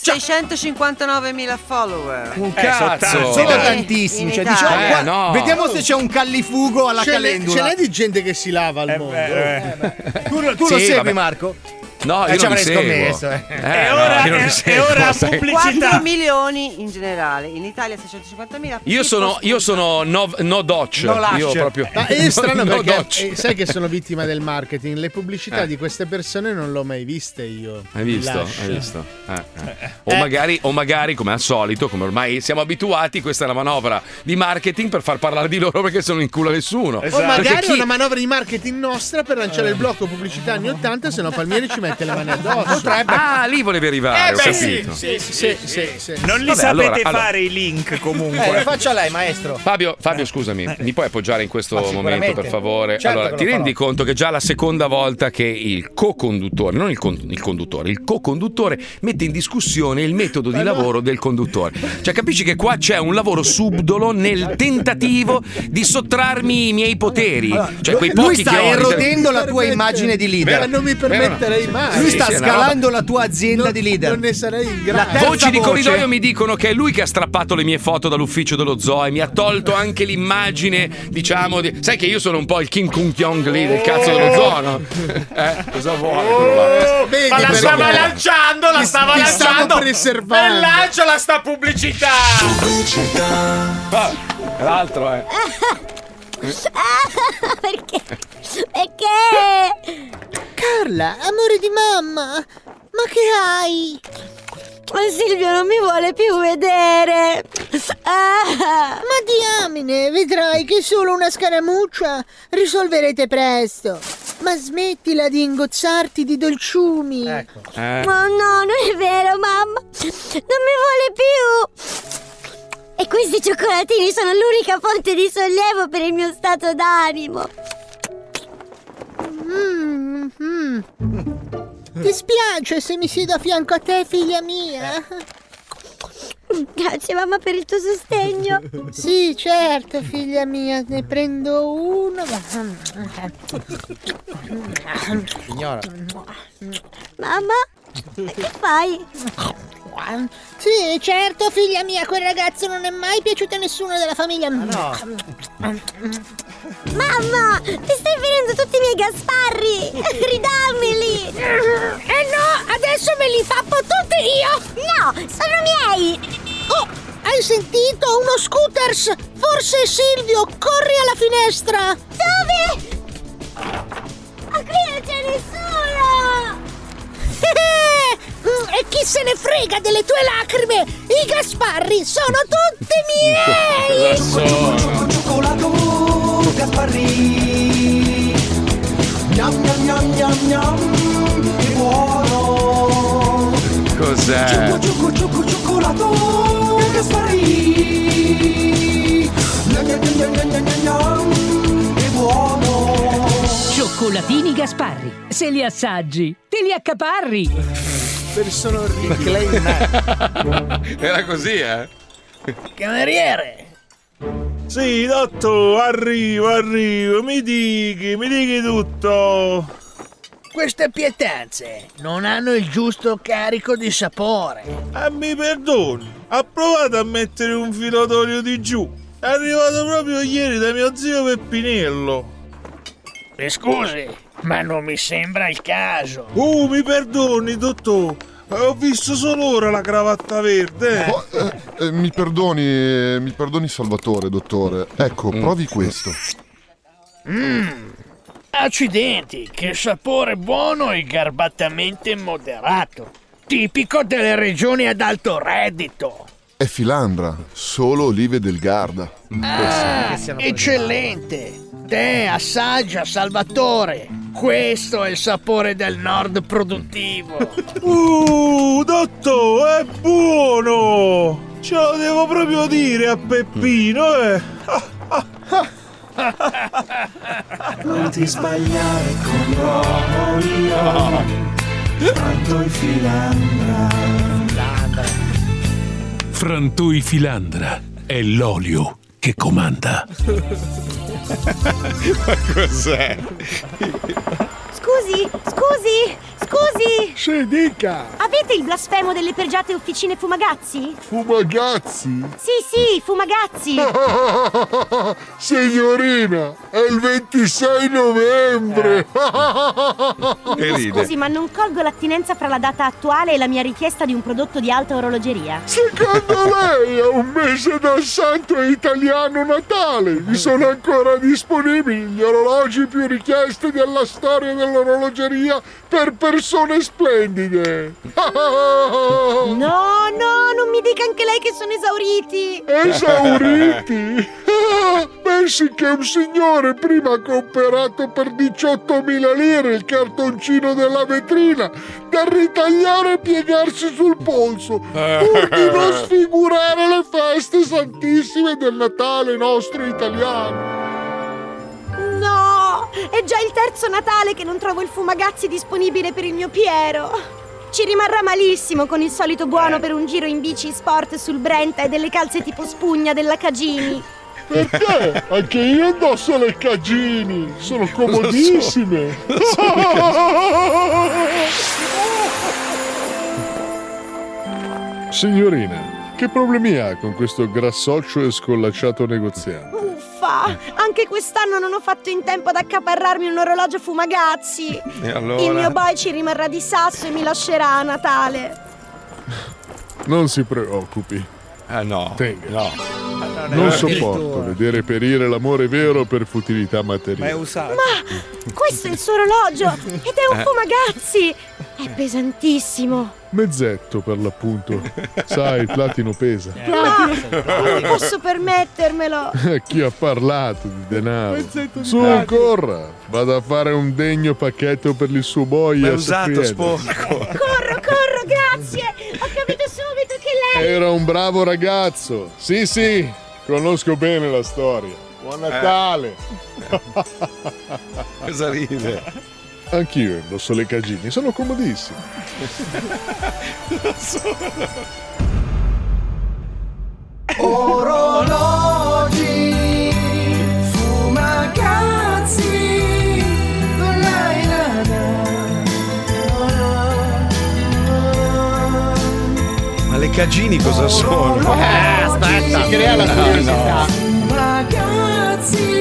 659.000 follower. Un cazzo, sono tantissimi. Cioè, dici, vediamo se c'è un callifugo alla calendula. Ce n'è di gente che si lava al mondo. Tu lo segui, Marco? No, io ci non avrei seguo. scommesso. E ora pubblicità. 4 milioni in generale, in Italia 650.000. Io sono no doc. Io proprio. Ma è strano perché sai che sono vittima del marketing. Le pubblicità di queste persone non l'ho mai viste io. Hai visto? O magari, come al solito, come ormai siamo abituati, questa è una manovra di marketing per far parlare di loro perché se non incula nessuno. O magari è una manovra di marketing nostra per lanciare il blocco pubblicità anni 80, se no Palmieri ci mette le mani addosso. Lì volevi arrivare, ho capito. Sì. Non li sapete fare i link comunque. Faccia lei, maestro. Fabio, scusami, mi puoi appoggiare in questo momento, per favore? Certo, allora, ti rendi conto che già la seconda volta che il co-conduttore, non il conduttore, il co-conduttore mette in discussione il metodo di lavoro del conduttore. Cioè, capisci che qua c'è un lavoro subdolo nel tentativo di sottrarmi i miei poteri. Cioè, quei pochi lui sta che ho erodendo la tua immagine di leader. Non mi permetterei mai. Lui sta scalando la tua azienda di leader. Non ne sarei in grado. Voci di corridoio mi dicono che è lui che ha strappato le mie foto dall'ufficio dello zoo e mi ha tolto anche l'immagine, diciamo, sai che io sono un po' il King Kong Kyong lì del cazzo dello zoo, no? Cosa vuole? Ma la stava lanciando, preservando. E lancia sta pubblicità. L'altro è. Perché? Carla, amore di mamma, ma che hai? Silvio non mi vuole più vedere. Ma diamine, vedrai che è solo una scaramuccia. Risolverete presto. Ma smettila di ingozzarti di dolciumi. Ma no, non è vero, mamma. Non mi vuole più. E questi cioccolatini sono l'unica fonte di sollievo per il mio stato d'animo. Ti spiace se mi siedo a fianco a te, figlia mia? Grazie mamma per il tuo sostegno. Sì, certo, figlia mia, ne prendo uno. Signora. Mamma, che fai? Sì, certo, figlia mia, quel ragazzo non è mai piaciuto a nessuno della famiglia. Mamma, ti stai finendo tutti i miei Gasparri. Ridammeli. No, adesso me li pappo tutti io. No, sono miei. Oh, hai sentito? Uno scooters. Forse è Silvio, corri alla finestra. Dove? Ma qui non c'è nessuno. E chi se ne frega delle tue lacrime? I Gasparri sono tutti miei! Cioccolato Gasparri, gnam gnam gnam gnam gnam, che buono! cos'è? Cioccolato Gasparri. Che buono. Cioccolatini Gasparri. Se li assaggi, te li accaparri. Persone orribili. Perché lei non è. Era così, Cameriere. Sì, dottor, arrivo, mi dighi tutto. Queste pietanze non hanno il giusto carico di sapore. Mi perdoni, ha provato a mettere un filo d'olio di giù. È arrivato proprio ieri da mio zio Peppinello. Scusi, ma non mi sembra il caso. Mi perdoni, dottor. Ho visto solo ora la cravatta verde. Mi perdoni Salvatore, dottore. Ecco, provi questo. Accidenti, che sapore buono e garbatamente moderato. Tipico delle regioni ad alto reddito. È filandra, solo olive del Garda. Eccellente. Te assaggia, Salvatore. Questo è il sapore del nord produttivo. Dottor, è buono! Ce lo devo proprio dire a Peppino, Non ti sbagliare con l'olio. Frantoi filandra. Frantoi filandra è l'olio che comanda. Ma cos'è? Scusi! Sì, dica! Avete il blasfemo delle pregiate officine Fumagazzi? Fumagazzi? Sì, Fumagazzi! Signorina, è il 26 novembre! Scusi, ma non colgo l'attinenza fra la data attuale e la mia richiesta di un prodotto di alta orologeria. Secondo lei è un mese dal santo italiano Natale? Vi sono ancora disponibili gli orologi più richiesti della storia dell'orologeria per persone splendide? No, non mi dica anche lei che sono esauriti. Esauriti? Pensi che un signore prima ha comprato per 18.000 lire il cartoncino della vetrina da ritagliare e piegarsi sul polso pur di non sfigurare le feste santissime del Natale nostro italiano. No, è già il terzo Natale che non trovo il Fumagazzi disponibile per il mio Piero. Ci rimarrà malissimo con il solito buono per un giro in bici sport sul Brenta e delle calze tipo spugna della Cagini. Perché? Anche io indosso le Cagini, sono comodissime. Signorina, che problemi ha con questo grassoccio e scollacciato negoziante? Uffa, anche quest'anno non ho fatto in tempo ad accaparrarmi un orologio Fumagazzi. E allora? Il mio boy ci rimarrà di sasso e mi lascerà a Natale. Non si preoccupi. No. Tenga. No. Non sopporto vedere perire l'amore vero per futilità Ma è materiali. usato. Ma questo è il suo orologio ed è un Fumagazzi. È pesantissimo. Mezzetto per l'appunto. Sai, il platino pesa. Ma non posso permettermelo. Chi ha parlato di denaro? Su, corra! Vado a fare un degno pacchetto per il suo boy. Ma è a usato, Sappiede. Corro, grazie. Ho capito subito che lei... Era un bravo ragazzo. Sì, conosco bene la storia. Buon Natale! Cosa ride? Anch'io indosso le Cagini, sono comodissime. Orologi Fumagazzi. Ma le Cagini cosa sono? Aspetta, si crea la curiosità. Fumagazzi.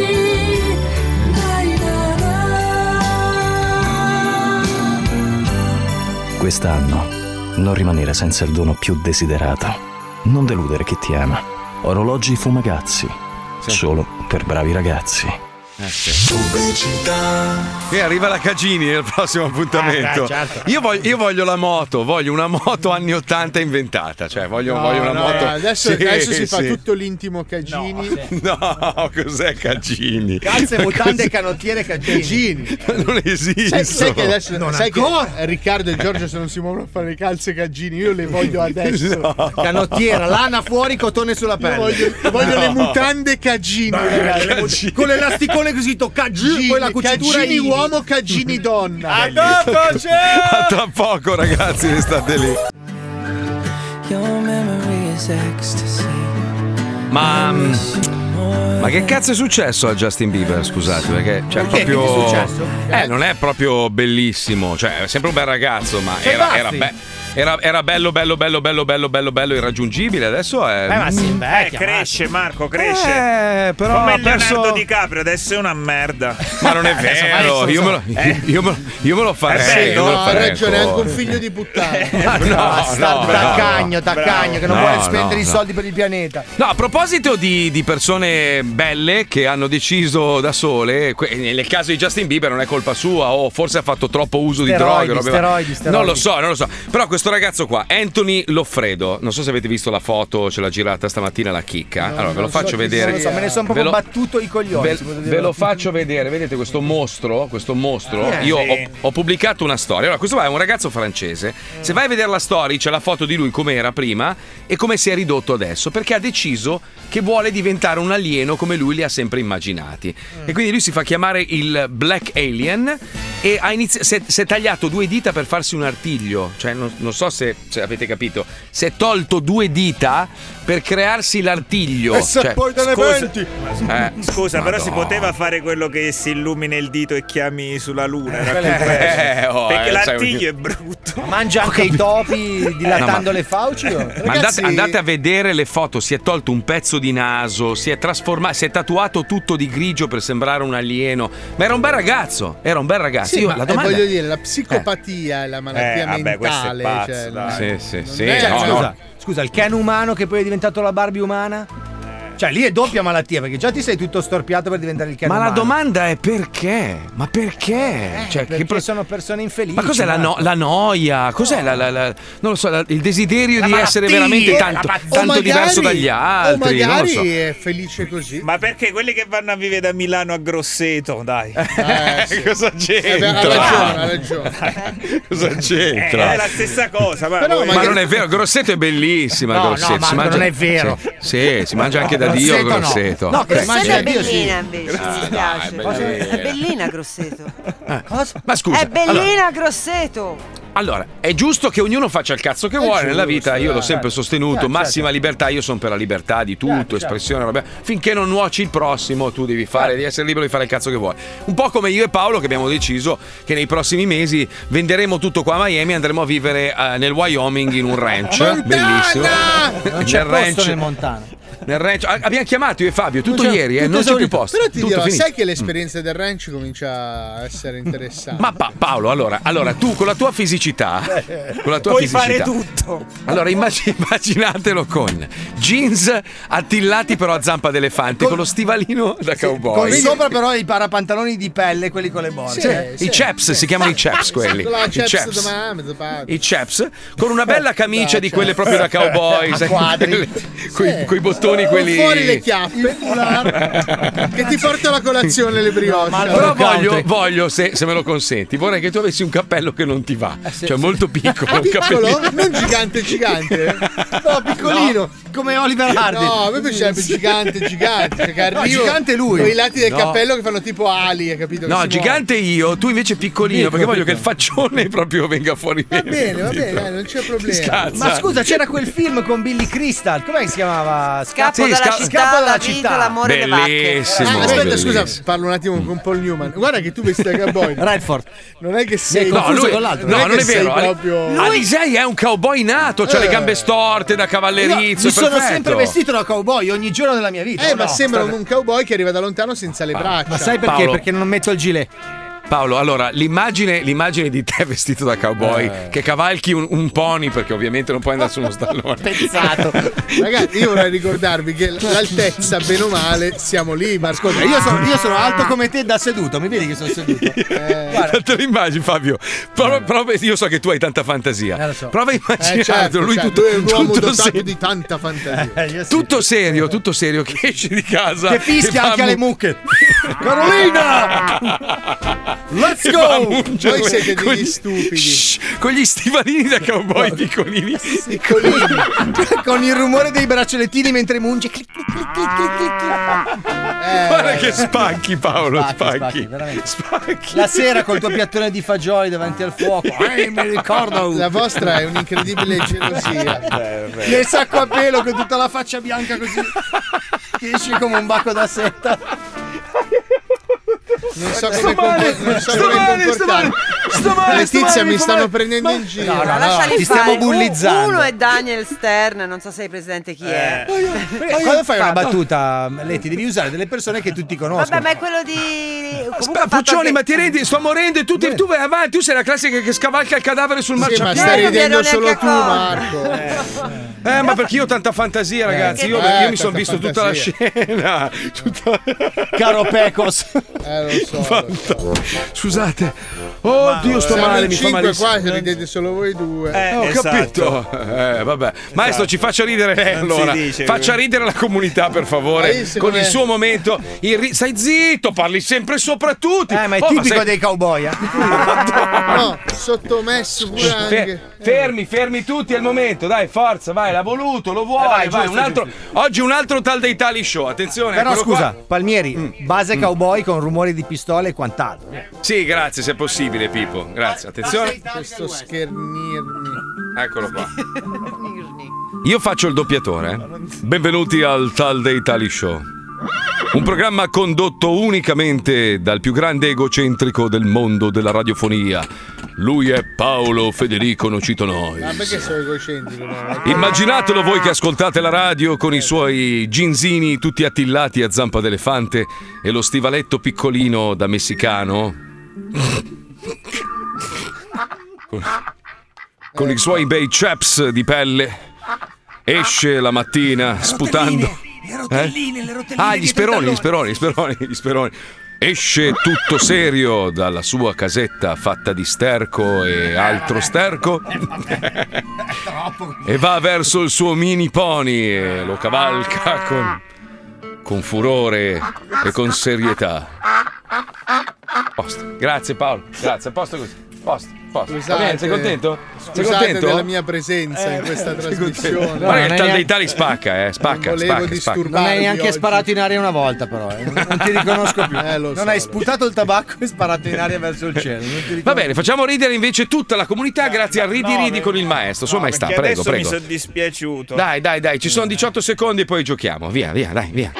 Quest'anno non rimanere senza il dono più desiderato. Non deludere chi ti ama. Orologi Fumagazzi. Solo per bravi ragazzi. E arriva la Cagini nel prossimo appuntamento. certo. Io voglio la moto, voglio una moto anni 80 inventata. Cioè, voglio una moto. Adesso si fa tutto l'intimo Cagini. No, cos'è Cagini? Calze, mutande, canottiere, Cagini. Non esiste. Sai che adesso che Riccardo e Giorgio se non si muovono a fare le calze Cagini, io le voglio adesso. No. Canottiera, lana fuori, cotone sulla pelle. Io voglio le mutande Cagini, ragazzi. Con l'elasticone così Cagini, poi la cucitura Cagini uomo, Cagini donna. A tra poco, ragazzi, restate lì. Ma che cazzo è successo a Justin Bieber, scusate, perché cioè, proprio che è successo? Non è proprio bellissimo, cioè è sempre un bel ragazzo, ma era bello irraggiungibile, adesso è ma si invecchia, cresce Marco, cresce. Però come ha perso... Leonardo DiCaprio, adesso è una merda. Ma non è vero, io me lo farei. Ha ragione, è anche un figlio di puttana. Taccagno, che non vuole spendere i soldi per il pianeta. No, a proposito di persone belle che hanno deciso da sole, nel caso di Justin Bieber non è colpa sua, o forse ha fatto troppo uso di droghe. Steroidi. Non lo so. Però questo ragazzo qua, Anthony Loffredo, non so se avete visto la foto, ce l'ha girata stamattina la chicca. Allora ve lo faccio vedere. Non lo so, me ne sono proprio battuto i coglioni. Ve lo faccio vedere, vedete questo mostro? Io ho pubblicato una storia. Allora, questo qua è un ragazzo francese. Se vai a vedere la storia, c'è la foto di lui come era prima e come si è ridotto adesso, perché ha deciso che vuole diventare un alieno come lui li ha sempre immaginati. E quindi lui si fa chiamare il Black Alien e si è tagliato 2 dita per farsi un artiglio. Cioè, non so se avete capito. Si è tolto 2 dita per crearsi l'artiglio. E se poi te ne penti. Scusa, però si poteva fare quello che si illumina il dito e chiami sulla luna. Perché l'artiglio è brutto. Mangia anche i topi dilatando le fauci. Ma andate a vedere le foto. Si è tolto un pezzo di naso, si è trasformato, si è tatuato tutto di grigio per sembrare un alieno. Ma era un bel ragazzo. Sì, ma la domanda... voglio dire, la psicopatia e la malattia mentale. Scusa, il Ken umano che poi è diventato la Barbie umana? Cioè, lì è doppia malattia, perché già ti sei tutto storpiato per diventare il Ken umano. Ma la domanda è perché? Ma perché? Perché sono persone infelici. Ma cos'è la noia? Cos'è non lo so, il desiderio di essere veramente tanto diverso dagli altri? O magari non lo so. È felice così. Ma perché quelli che vanno a vivere da Milano a Grosseto, dai. Cosa c'entra? Ha ragione. Cosa c'entra? È la stessa cosa. Ma non è vero, Grosseto è bellissima. No, Grosseto. ma non è vero. Sì, si mangia anche da Dio Grosseto. No, Grosseto è bellina invece, mi spiace. È bellina Grosseto. Cosa? Ma scusa. È bellina Grosseto. Allora, è giusto che ognuno faccia il cazzo che vuole nella vita, io l'ho sempre sostenuto, massima libertà, io sono per la libertà di tutto, espressione, roba. Finché non nuoci il prossimo, tu devi essere libero di fare il cazzo che vuoi. Un po' come io e Paolo che abbiamo deciso che nei prossimi mesi venderemo tutto qua a Miami e andremo a vivere nel Wyoming in un ranch. Bellissimo. Non c'è posto nel Montana. Nel ranch. Abbiamo chiamato io e Fabio tutto ieri, non c'è più posto. Però ti tutto dirò, finito. sai che l'esperienza del ranch comincia a essere interessante. Ma Paolo, allora tu con la tua fisicità, puoi fare tutto. Allora immaginatelo con jeans attillati però a zampa d'elefante, con lo stivalino da cowboy. Con sopra però i parapantaloni di pelle, quelli con le borse. I chaps, si chiamano i chaps quelli. I chaps con una bella camicia di quelle proprio da cowboy, sai, coi bottoni quelli. Fuori le chiappe, che ti porta la colazione le brioche. Però voglio se me lo consenti, vorrei che tu avessi un cappello che non ti va, cioè molto piccolo. Piccolo? Non gigante. No, piccolino, come Oliver Hardy. No, a me piacerebbe gigante. Cioè che arrivo gigante lui. Con i lati del cappello che fanno tipo ali, hai capito? No, gigante io, tu invece piccolino, perché voglio che il faccione proprio venga fuori. Va bene, non c'è problema. Ma scusa, c'era quel film con Billy Crystal, com'è che si chiamava? Scappo dalla città, l'amore delle vacche. Aspetta, scusa, parlo un attimo con Paul Newman. Guarda che tu vesti da cowboy. Redford. Non è che sei confuso con l'altro. No, non è vero. Proprio... Alisei è un cowboy nato, c'ha le gambe storte da cavallerizzo. Mi sono sempre vestito da cowboy ogni giorno della mia vita. Ma sembra un cowboy che arriva da lontano senza le braccia. Ma sai perché? Paolo. Perché non metto il gilet. Paolo, allora l'immagine di te vestito da cowboy che cavalchi un pony, perché ovviamente non puoi andare su uno stallone. Pensato. Ragazzi, io vorrei ricordarvi che l'altezza, bene o male, siamo lì. Ma ascolta, io sono alto come te da seduto, mi vedi che sono seduto? Te lo immagini, Fabio? Prova, io so che tu hai tanta fantasia. Lo so. Prova a immaginarlo, certo, lui tutto, lui è un uomo tutto dotato di tanta fantasia. tutto serio, che esce di casa, che fischia anche alle mucche. Carolina! Let's go! Voi siete degli stupidi. Con gli stivalini da cowboy piccolini. Con il rumore dei braccialettini mentre munge. Guarda che spacchi, Paolo, spacchi. Spacchi. La sera col tuo piattone di fagioli davanti al fuoco. Mi ricordo. La vostra è un'incredibile gelosia. Nel sacco a pelo con tutta la faccia bianca così. Esci come un bacco da seta. Non so come comportarmi. Letizia, mi stanno prendendo in giro. No, ti stiamo bullizzando. Uno è Daniel Stern, non so se hai presente chi è. Quando fai una battuta, Leti, devi usare delle persone che tutti conoscono. Vabbè, ma è quello di. Puccioni, ma ti rendi? Sto morendo e tu vai avanti. Tu sei la classica che scavalca il cadavere sul marciapiede. Ma stai ridendo solo tu, Marco. Ma perché io ho tanta fantasia, ragazzi. Io mi sono visto tutta la scena. Caro Pecos. Lo so. Scusate. Oddio, sto male, mi fa male. Qua ridete solo voi due. Ho capito. Vabbè. Maestro, ci faccia ridere lei allora. Faccia ridere la comunità, per favore, con il suo momento. Stai zitto, parli sempre sopra tutti. Ma è tipico dei cowboy. No, sottomesso pure anche. Fermi tutti al momento. Dai, forza, vai, l'ha voluto, lo vuoi. Vai, oggi un altro tal dei tali show. Attenzione. Però scusa, Palmieri, base cowboy con rumori di pistole e quant'altro. Sì, grazie, se è possibile, Pippo. Grazie, attenzione. Questo schernirmi. Eccolo qua. Io faccio il doppiatore. Benvenuti al Tal dei Tali Show. Un programma condotto unicamente dal più grande egocentrico del mondo della radiofonia. Lui è Paolo Federico Nocito Nois. Ma perché sono egocentrico? Immaginatelo voi che ascoltate la radio con i suoi ginzini tutti attillati a zampa d'elefante e lo stivaletto piccolino da messicano. Con i suoi bei chaps di pelle. Esce la mattina sputando. Le rotelline, le rotelline. Ah, gli speroni. Esce tutto serio dalla sua casetta fatta di sterco e altro sterco e va verso il suo mini pony e lo cavalca con furore e con serietà. Posto. Grazie Paolo, grazie, a posto così. Posto. Va bene, sei contento? Sei contento della mia presenza in questa trasmissione? Guarda che tal dei tali spacca, spacca. Non hai neanche sparato in aria una volta, però. Non ti riconosco più. Non hai sputato il tabacco e sparato in aria verso il cielo. Va bene, facciamo ridere invece tutta la comunità grazie a Ridi con il maestro. Sua maestà, prego. Mi sono dispiaciuto. Dai, ci sono 18 secondi e poi giochiamo. Via, via.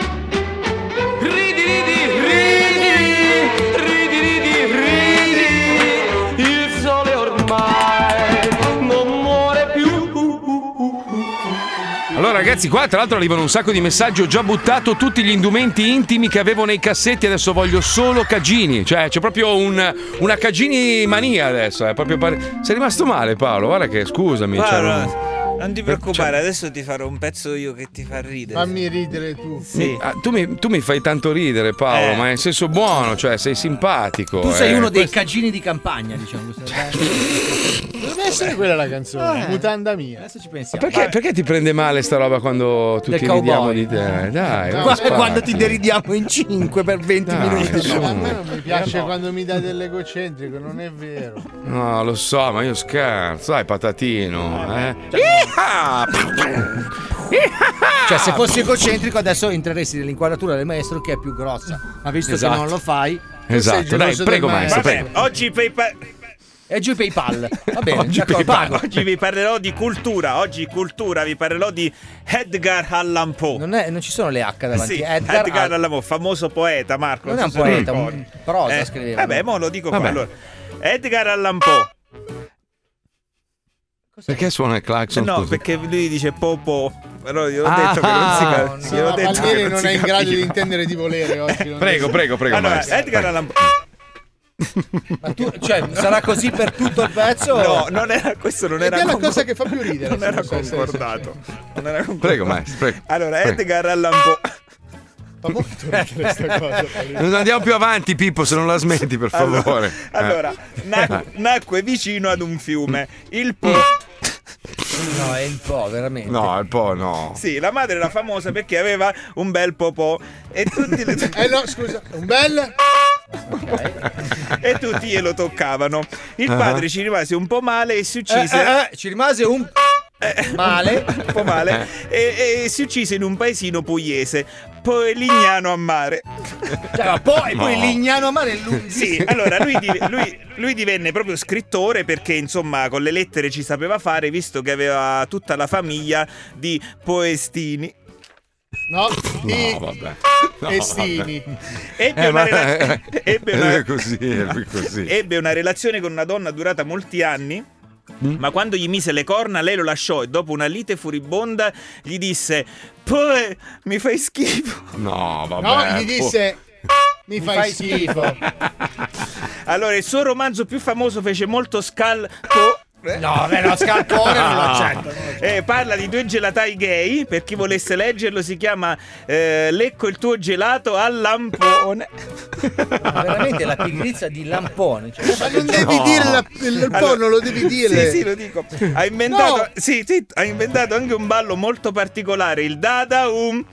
Allora ragazzi, qua tra l'altro arrivano un sacco di messaggi. Ho già buttato tutti gli indumenti intimi che avevo nei cassetti. Adesso voglio solo cagini. Cioè c'è proprio una cagini mania adesso. Sei rimasto male, Paolo. Guarda che scusami. Non ti preoccupare, adesso ti farò un pezzo io che ti fa ridere. Fammi ridere tu. Sì. Tu mi fai tanto ridere, Paolo, ma in senso buono, cioè sei simpatico. Tu sei uno dei cagini di campagna, diciamo. Deve essere quella la canzone, mutanda mia. Adesso ci pensiamo. Perché ti prende male sta roba quando tutti ridiamo di te? Dai, quando ti deridiamo in 5 per 20 minuti. No, a me non mi piace quando mi dai dell'egocentrico, non è vero. No, lo so, ma io scherzo, dai, patatino. Cioè, se fossi egocentrico adesso entreresti nell'inquadratura del maestro che è più grossa. Ma visto che non lo fai, esatto, dai, prego maestro. Oggi è giù PayPal. Va bene, oggi vi parlerò di cultura. Oggi vi parlerò di Edgar Allan Poe. Non ci sono le H davanti. Sì, Edgar Allan Poe, famoso poeta, Marco. Non è un poeta, un prosa scriveva. Vabbè, mo lo dico qua. Allora, Edgar Allan Poe. Perché suona il clacson? No, perché lui dice Popo. Però io ho detto che non si capiva. Palmieri non è in grado di intendere di volere oggi. Prego, allora, maestro. Edgar Allan Poe. Ma tu, cioè, sarà così per tutto il pezzo? No, non era, questo non era È la cosa che fa più ridere. Non era concordato. Non era concordato. Prego, maestro, prego. Allora, Prego. Edgar Allan Poe. Ma molto ridere sta cosa. Non andiamo più avanti, Pippo, se non la smetti, per favore. Allora, nacque vicino ad un fiume. Il Po. No, è il Po, veramente. No, il Po no. Sì, la madre era famosa perché aveva un bel popò e tutti no, scusa, un bel e tutti glielo toccavano. Il padre ci rimase un po' male e si uccise. Ci rimase un male, un po' male e si uccise in un paesino pugliese, poi Lignano a mare. Poi Lignano a mare. Sì, allora lui divenne proprio scrittore perché insomma con le lettere ci sapeva fare, visto che aveva tutta la famiglia di poestini. No, vabbè. Estini. Ebbe una relazione con una donna durata molti anni. Ma quando gli mise le corna lei lo lasciò e dopo una lite furibonda gli disse: poi mi fai schifo. No, vabbè. No, gli disse: mi fai schifo. Allora il suo romanzo più famoso fece molto No, lo scalpore non lo accetto. Parla di due gelatai gay. Per chi volesse leggerlo, si chiama Lecco il tuo gelato al lampone. Veramente la pigrizia di lampone. Cioè, ma non devi dire il po', non lo devi dire. Sì, lo dico. Ha inventato, ha inventato anche un ballo molto particolare, il Dadaum.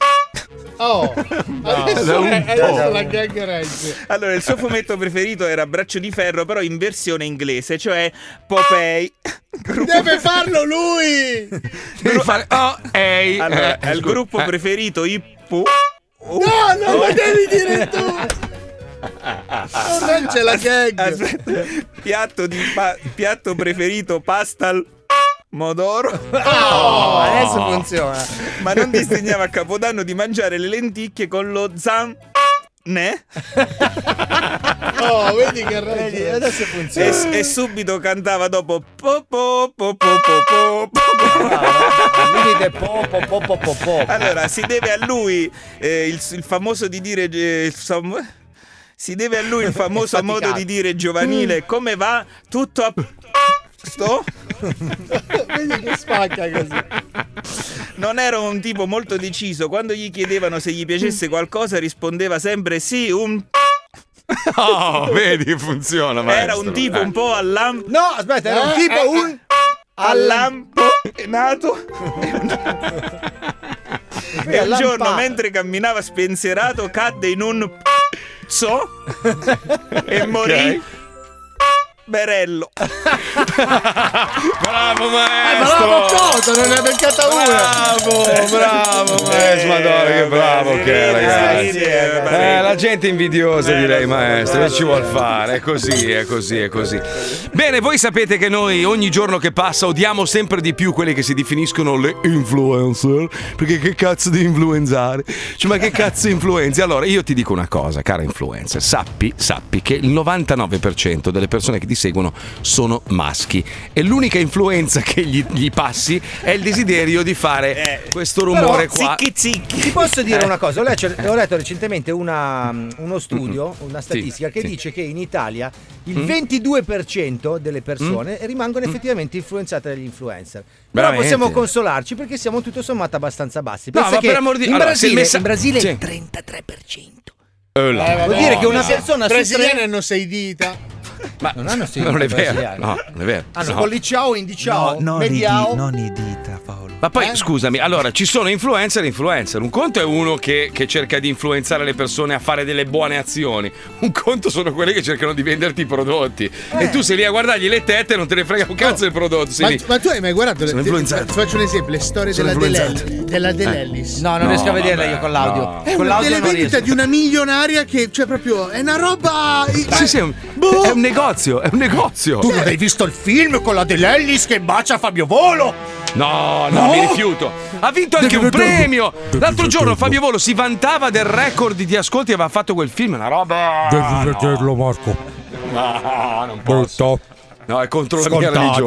Adesso la gag regge. Allora, il suo fumetto preferito era Braccio di Ferro, però in versione inglese, cioè Popeye. Deve farlo lui. Devi fare allora, il gruppo preferito Ippu. No, non lo devi dire tu. Non c'è la gag. Aspetta. Piatto preferito pasta al Modoro. Adesso funziona. Ma non disegnava a Capodanno di mangiare le lenticchie con lo ne? Vedi che regge. Adesso funziona. E subito cantava dopo Allora si deve a lui il famoso di dire si deve a lui il famoso modo di dire giovanile: come va? Tutto a sto? Vedi che spacca così. Non era un tipo molto deciso. Quando gli chiedevano se gli piacesse qualcosa rispondeva sempre sì, vedi, funziona, maestro. Era un tipo un po' No, aspetta, era un tipo nato. E un giorno, mentre camminava spensierato, cadde in un e morì. Berello. Bravo maestro. Ma l'ha bocciato, non ne ha beccata una. Bravo maestro. Madonna, che bravo che è, ragazzi. La gente è invidiosa, direi, maestro. Che ci vuol fare? È così. Bene, voi sapete che noi ogni giorno che passa odiamo sempre di più quelli che si definiscono le influencer. Perché che cazzo di influenzare? Cioè, ma che cazzo influenzi? Allora, io ti dico una cosa, cara influencer. Sappi che il 99% delle persone che ti seguono sono maschi e l'unica influenza che gli passi è il desiderio di fare questo rumore qua. Zicchi. Ti posso dire una cosa? Ho letto recentemente uno studio, una statistica che dice che in Italia il 22% delle persone rimangono effettivamente influenzate dagli influencer. Però possiamo consolarci perché siamo tutto sommato abbastanza bassi. Pensa che in Brasile il 33%. Vuol dire che una persona brasiliana hanno 6 dita. Ma non hanno non è vero. No, non è vero. Hanno pollicciao, indiciao, mediao. Non i dita, Paolo. Ma poi scusami, allora ci sono influencer. Un conto è uno che cerca di influenzare le persone a fare delle buone azioni. Un conto sono quelli che cercano di venderti i prodotti. E tu sei lì a guardargli le tette e non te ne frega un cazzo del prodotto. Ma tu hai mai guardato faccio un esempio, le storie della Dell'Ellis? No, non riesco a vederla io con l'audio. No. È una televendita di una milionaria che cioè proprio è una roba. Sì, è un negozio. Tu non hai visto il film con la Dell'Ellis che bacia Fabio Volo? No, mi rifiuto. Ha vinto anche un premio. L'altro giorno Fabio Volo si vantava del record di ascolti e aveva fatto quel film, una roba. Devi vederlo, Marco. No, non posso. No, è contro la mia religione.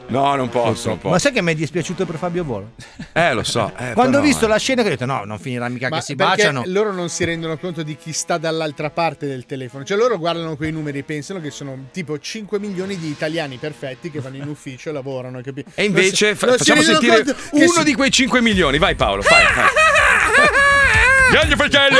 No, non posso. Ma sai che mi è dispiaciuto per Fabio Volo? Lo so. Quando ho visto la scena, ho detto no, non finirà mica che si baciano. Loro non si rendono conto di chi sta dall'altra parte del telefono. Cioè loro guardano quei numeri e pensano che sono tipo 5 milioni di italiani perfetti che vanno in ufficio e lavorano. E invece facciamo sentire uno di quei 5 milioni. Vai Paolo, fai. Grande fratello!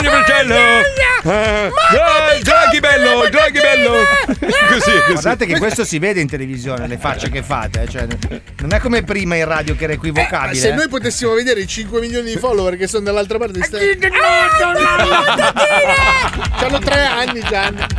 Draghi bello! Così. Guardate che questo si vede in televisione, le facce che fate. Cioè, non è come prima in radio che era equivocabile. Se noi potessimo vedere i 5 milioni di follower che sono dall'altra parte c'hanno 3 anni già.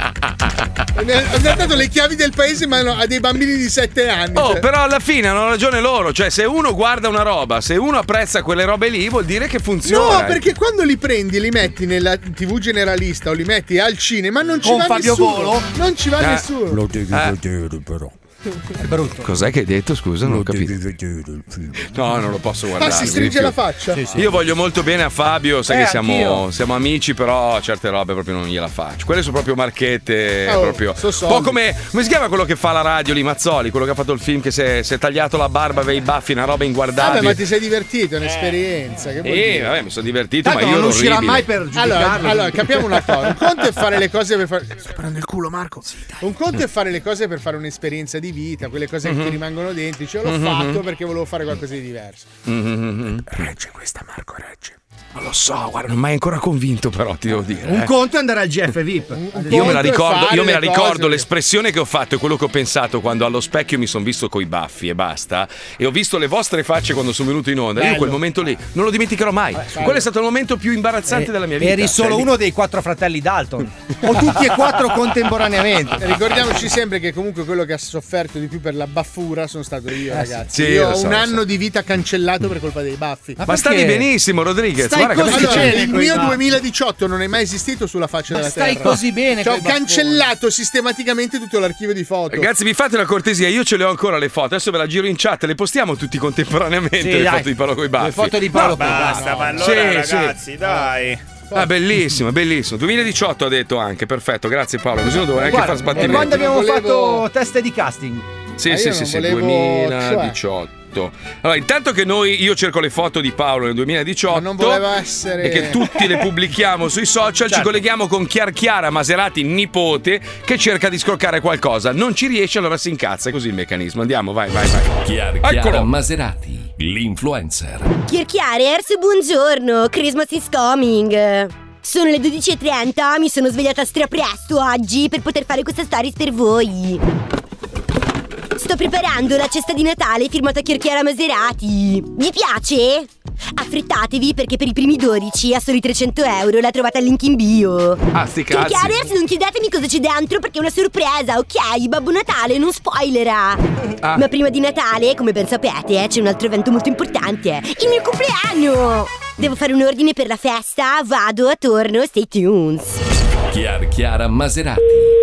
Hanno dato le chiavi del paese ma a dei bambini di 7 anni. Però alla fine hanno ragione loro. Cioè, se uno guarda una roba, se uno apprezza quelle robe lì, vuol dire che funziona. No, perché quando li prendi e li metti nella TV generalista o li metti al cinema non ci va Fabio nessuno. Volo? Non ci va nessuno. Lo devi vedere però. È brutto. Cos'è che hai detto? Scusa, non ho capito. No, non lo posso guardare. Si stringe la faccia. Sì. Io voglio molto bene a Fabio, sai che siamo amici, però certe robe proprio non gliela faccio. Quelle sono proprio marchette, proprio. Un po' come si chiama quello che fa la radio lì, Mazzoli, quello che ha fatto il film che si è tagliato la barba, aveva i baffi, una roba inguardabile. Ma ti sei divertito, è un'esperienza. Vabbè, mi sono divertito, ma io non ero uscirà orribile. mai per giudicarlo. Allora, capiamo una cosa. Un conto è fare le cose per fare. Sto prendendo il culo, Marco. Un conto è fare le cose per fare un'esperienza di vita, quelle cose che ti rimangono dentro. Cioè, l'ho fatto perché volevo fare qualcosa di diverso. Regge questa, Marco, regge. Non lo so, guarda, non mi hai ancora convinto, però ti devo dire. Un conto è andare al GF VIP. Io me la ricordo, l'espressione che ho fatto e quello che ho pensato quando allo specchio mi sono visto coi baffi e basta. E ho visto le vostre facce quando sono venuto in onda. Io quel momento lì non lo dimenticherò mai. Quello è stato il momento più imbarazzante della mia vita. Eri solo uno dei 4 fratelli Dalton. O tutti e 4 contemporaneamente. Ricordiamoci sempre che comunque quello che ha sofferto di più per la baffura sono stato io, ragazzi. Sì, io ho un anno di vita cancellato per colpa dei baffi. Ma stavi benissimo, Rodriguez. Il mio 2018 non è mai esistito sulla faccia della terra. Stai così bene. Ho cancellato sistematicamente tutto l'archivio di foto. Ragazzi, vi fate una cortesia, io ce le ho ancora le foto. Adesso ve la giro in chat, le postiamo tutti contemporaneamente. Le foto di Paolo coi baffi. Le foto di Paolo coi baffi. Basta, ma allora ragazzi, dai. Bellissimo. 2018 ha detto anche, perfetto, grazie Paolo. Così non dovrei anche far sbattimento. Quando abbiamo fatto test di casting? Sì, 2018. Allora, intanto che io cerco le foto di Paolo nel 2018, ma non voleva essere, e che tutti le pubblichiamo sui social, ci colleghiamo con Chiara Maserati nipote che cerca di scroccare qualcosa, non ci riesce, allora si incazza, è così il meccanismo. Andiamo, vai. Chiara Maserati, l'influencer. Chiarchiarers, buongiorno, Christmas is coming. Sono le 12:30, mi sono svegliata strapresto oggi per poter fare questa stories per voi. Sto preparando la cesta di Natale firmata Chiara Maserati. Vi piace? Affrettatevi perché per i primi 12 a soli 300 euro la trovate al link in bio. Sti cazzi. Chiarchiarers, non chiedetemi cosa c'è dentro perché è una sorpresa, ok? Babbo Natale non spoilerà. Ma prima di Natale, come ben sapete, c'è un altro evento molto importante, il mio compleanno. Devo fare un ordine per la festa, vado, torno, stay tuned. Chiara Maserati.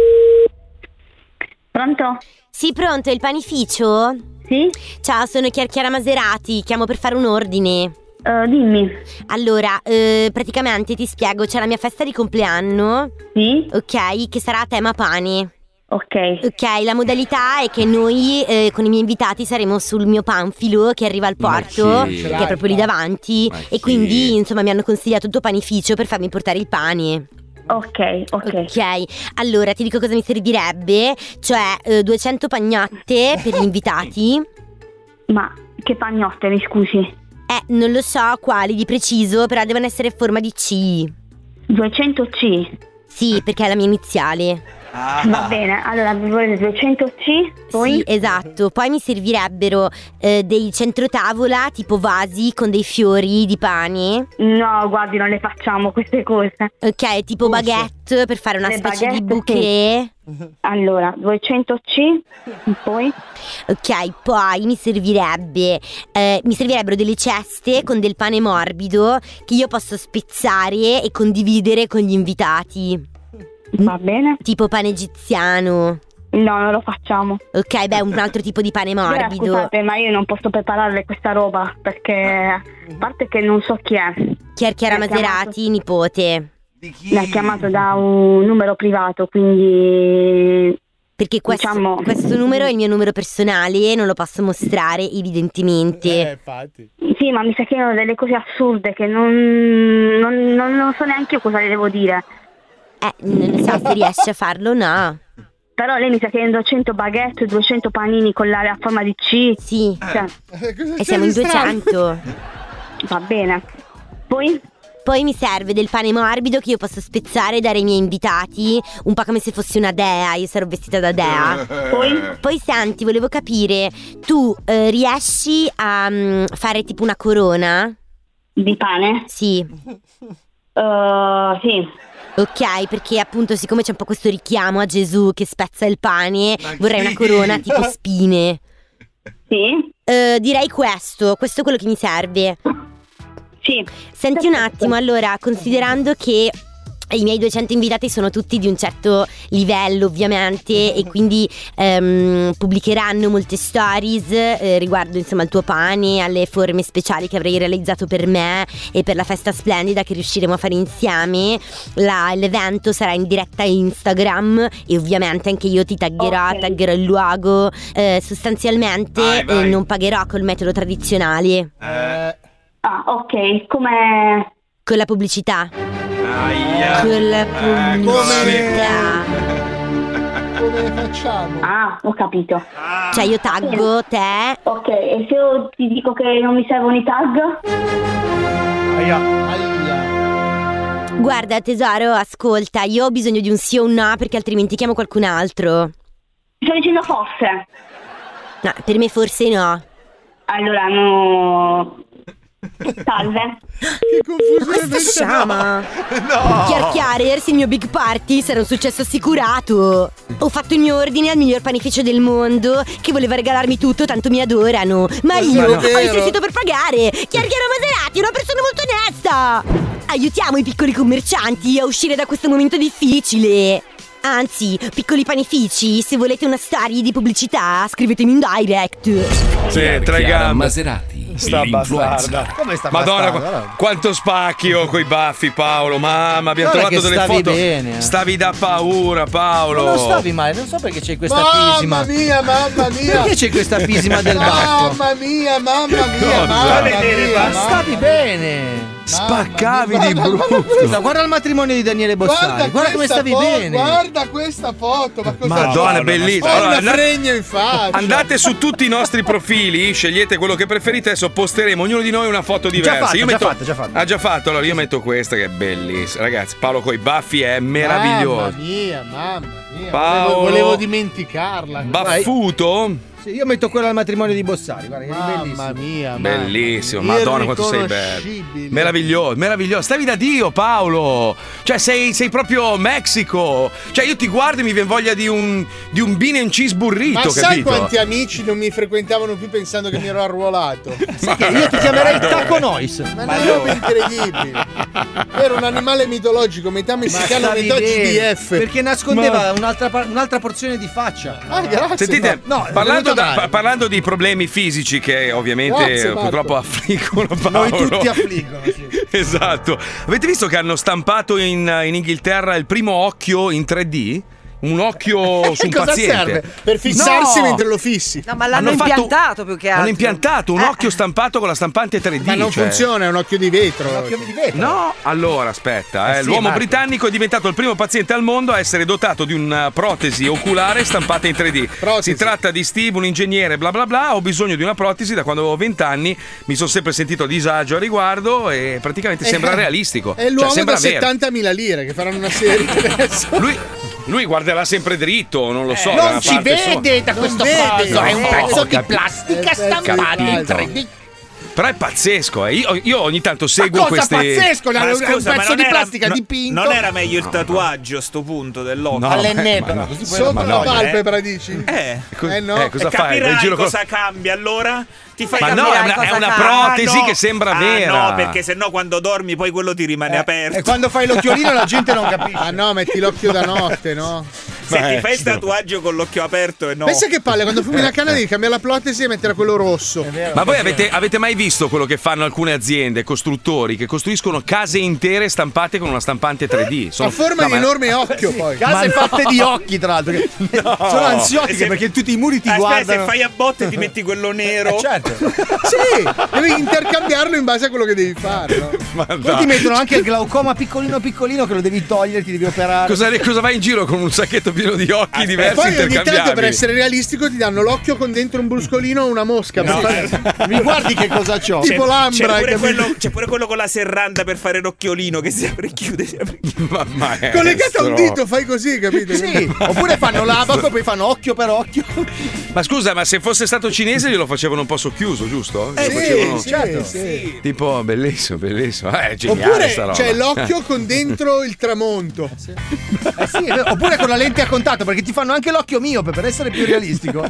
Pronto? Sì, pronto, il panificio? Sì? Ciao, sono Chiara Maserati, chiamo per fare un ordine. Dimmi. Allora, praticamente ti spiego, c'è la mia festa di compleanno. Sì? Ok, che sarà a tema pane. Ok, la modalità è che noi con i miei invitati saremo sul mio panfilo che arriva al porto, che è proprio lì davanti. E quindi, insomma, mi hanno consigliato il tuo panificio per farmi portare il pane. Ok, allora ti dico cosa mi servirebbe. Cioè 200 pagnotte per gli invitati. Ma che pagnotte, mi scusi? Non lo so quali di preciso, però devono essere a forma di C. 200 C? Sì, perché è la mia iniziale. Va bene, allora vi volete 200C? Poi? Sì, esatto. Poi mi servirebbero dei centrotavola tipo vasi con dei fiori di pane. No, guardi, non le facciamo queste cose. Ok, tipo baguette per fare una specie di bouquet. Sì. Allora, 200C. Poi? Ok, poi mi servirebbero delle ceste con del pane morbido che io posso spezzare e condividere con gli invitati. Va bene. Tipo pane egiziano. No, non lo facciamo. Ok, beh, un altro tipo di pane morbido. Scusate, ma io non posso prepararle questa roba perché, a parte che non so chi è. Chiara Maserati, nipote. Di chi? Mi ha chiamato da un numero privato, quindi Perché questo numero è il mio numero personale, non lo posso mostrare evidentemente. Infatti. Sì, ma mi sa che erano delle cose assurde che non so neanche io cosa le devo dire. Non so se riesci a farlo o no. Però lei mi sta chiedendo 100 baguette, 200 panini con la forma di C. Sì. Cioè. E siamo in 200. Va bene. Poi mi serve del pane morbido che io posso spezzare e dare ai miei invitati, un po' come se fossi una dea, io sarò vestita da dea. Poi senti, volevo capire, tu riesci a fare tipo una corona? Di pane? Sì. Sì. Ok, perché appunto siccome c'è un po' questo richiamo a Gesù che spezza il pane, vorrei una corona tipo spine. Sì. Direi questo è quello che mi serve. Sì. Senti un attimo, allora, considerando che i miei 200 invitati sono tutti di un certo livello ovviamente e quindi pubblicheranno molte stories riguardo insomma al tuo pane, alle forme speciali che avrai realizzato per me e per la festa splendida che riusciremo a fare insieme. L'evento sarà in diretta Instagram e ovviamente anche io ti taggerò il luogo. Sostanzialmente vai. Non pagherò col metodo tradizionale. Ok, come... Con la pubblicità. Con la pubblicità. Come facciamo? Ho capito. Cioè io taggo te. Ok, e se io ti dico che non mi servono i tag? Guarda tesoro, ascolta, io ho bisogno di un sì o un no perché altrimenti chiamo qualcun altro. Sto dicendo forse. No, per me forse no. Allora no. Salve. Che confusione. Questa sciama. Chiarchiarers, il mio big party sarà un successo assicurato. Ho fatto il mio ordine al miglior panificio del mondo che voleva regalarmi tutto, tanto mi adorano. Ma io ho insistito per pagare. Chiarchiaro Maserati è una persona molto onesta. Aiutiamo i piccoli commercianti a uscire da questo momento difficile. Anzi, piccoli panifici, se volete una storia di pubblicità, scrivetemi in direct. Sì, tre gambe. Maserati. Sta bastarda. Come sta Madonna, bastarda? quanto spacchio coi baffi, Paolo. Mamma, abbiamo Guarda trovato che delle stavi foto. bene. Stavi da paura, Paolo. Ma non stavi male, non so perché c'è questa fisima. Mamma mia. Perché c'è questa fisima del baffo? Mamma mia. Stavi bene. Spaccavi di brutto. Guarda il matrimonio di Daniele Bossari. Guarda come stavi bene. Guarda questa foto. Ma cosa Madonna, è bellissima. Allora, Allora, fregno in faccia. andate su tutti i nostri profili, scegliete quello che preferite. Adesso posteremo ognuno di noi una foto diversa. Già fatto. Ha già fatto. Allora io metto questa che è bellissima. Ragazzi, Paolo coi baffi è meraviglioso. Mamma mia. Paolo, volevo dimenticarla. Baffuto? Sì, io metto quello al matrimonio di Bossari. Guarda, che Mamma mia. Bellissimo, Madonna quanto sei bello. Meraviglioso. Stavi da Dio, Paolo. Cioè sei proprio Mexico. Cioè io ti guardo e mi viene voglia di un bean and cheese burrito, Ma capito? sai quanti amici non mi frequentavano più pensando che mi ero arruolato? Sai che io ti chiamerei Taco Noise. Ma non è roba incredibile. Ero un animale mitologico, metà messicano, metà GDF. Perché nascondeva un'altra porzione di faccia. Grazie. Sentite, no, parlando di problemi fisici che ovviamente Grazie, purtroppo affliggono Paolo. Noi tutti affliggono, sì. Esatto. Avete visto che hanno stampato in Inghilterra il primo occhio in 3D? Un occhio su un Cosa paziente. serve? Per fissarsi mentre lo fissi. No, ma l'hanno impiantato più che altro. Hanno impiantato un occhio stampato con la stampante 3D. Ma non funziona, è un occhio di vetro. No, allora aspetta, sì, l'uomo Marco. britannico è diventato il primo paziente al mondo a essere dotato di una protesi oculare stampata in 3D. Si tratta di Steve, un ingegnere, bla bla bla. Ho bisogno di una protesi da quando avevo 20 anni. Mi sono sempre sentito a disagio a riguardo e praticamente sembra realistico. È l'uomo sembra da vero. 70.000 lire che faranno una serie adesso. Lui guarderà sempre dritto, non lo so. da Non una si parte vede sua. da questo vede. coso, è un No, pezzo di capito. plastica stampato in Capito. 3D. Però è pazzesco, Io ogni tanto seguo Ma cosa queste. pazzesco? Ma È un scusa, ma pezzo non di era- plastica no- dipinto. Non era meglio il tatuaggio a sto punto dell'occhio? No, all'ennebra. Sopra la palpebra dici? no. cosa E fai? Vai in capirai giro con- cosa cambia allora? Ti fai Ma no, capire è una cosa protesi cambia. che sembra Ah, vera. no, perché sennò quando dormi poi quello ti rimane aperto. E quando fai l'occhiolino la gente non capisce. Ah no, metti l'occhio da notte, no? Se ti fai il tatuaggio con l'occhio aperto e no. Pensa che palle, quando fumi una canna devi cambiare la protesi e mettere quello rosso. Ma voi avete mai visto quello che fanno alcune aziende, costruttori, che costruiscono case intere stampate con una stampante 3D? A forma di enorme occhio, poi. Case fatte di occhi, tra l'altro. Sono ansiotiche perché tutti i muri ti guardano. Se fai a botte ti metti quello nero. Certo. Sì, devi intercambiarlo in base a quello che devi fare, no? Poi ti mettono anche il glaucoma piccolino che lo devi togliere, ti devi operare. Cosa vai in giro con un sacchetto pieno di occhi diversi poi ogni intercambiabili? tanto, per essere realistico, ti danno l'occhio con dentro un bruscolino o una mosca. Mi guardi che cosa c'ho? Tipo l'ambra. C'è pure quello con la serranda per fare l'occhiolino che si apre e chiude. Collegato a un dito, fai così, capito? Sì. Oppure fanno l'abaco e poi fanno occhio per occhio. Ma scusa, ma se fosse stato cinese glielo facevano un po' socchiuso, giusto? Sì, certo. Sì. Tipo, bellissimo. È geniale. Oppure sta roba. c'è l'occhio con dentro il tramonto. Sì, oppure con la lente a contatto, perché ti fanno anche l'occhio miope per essere più realistico.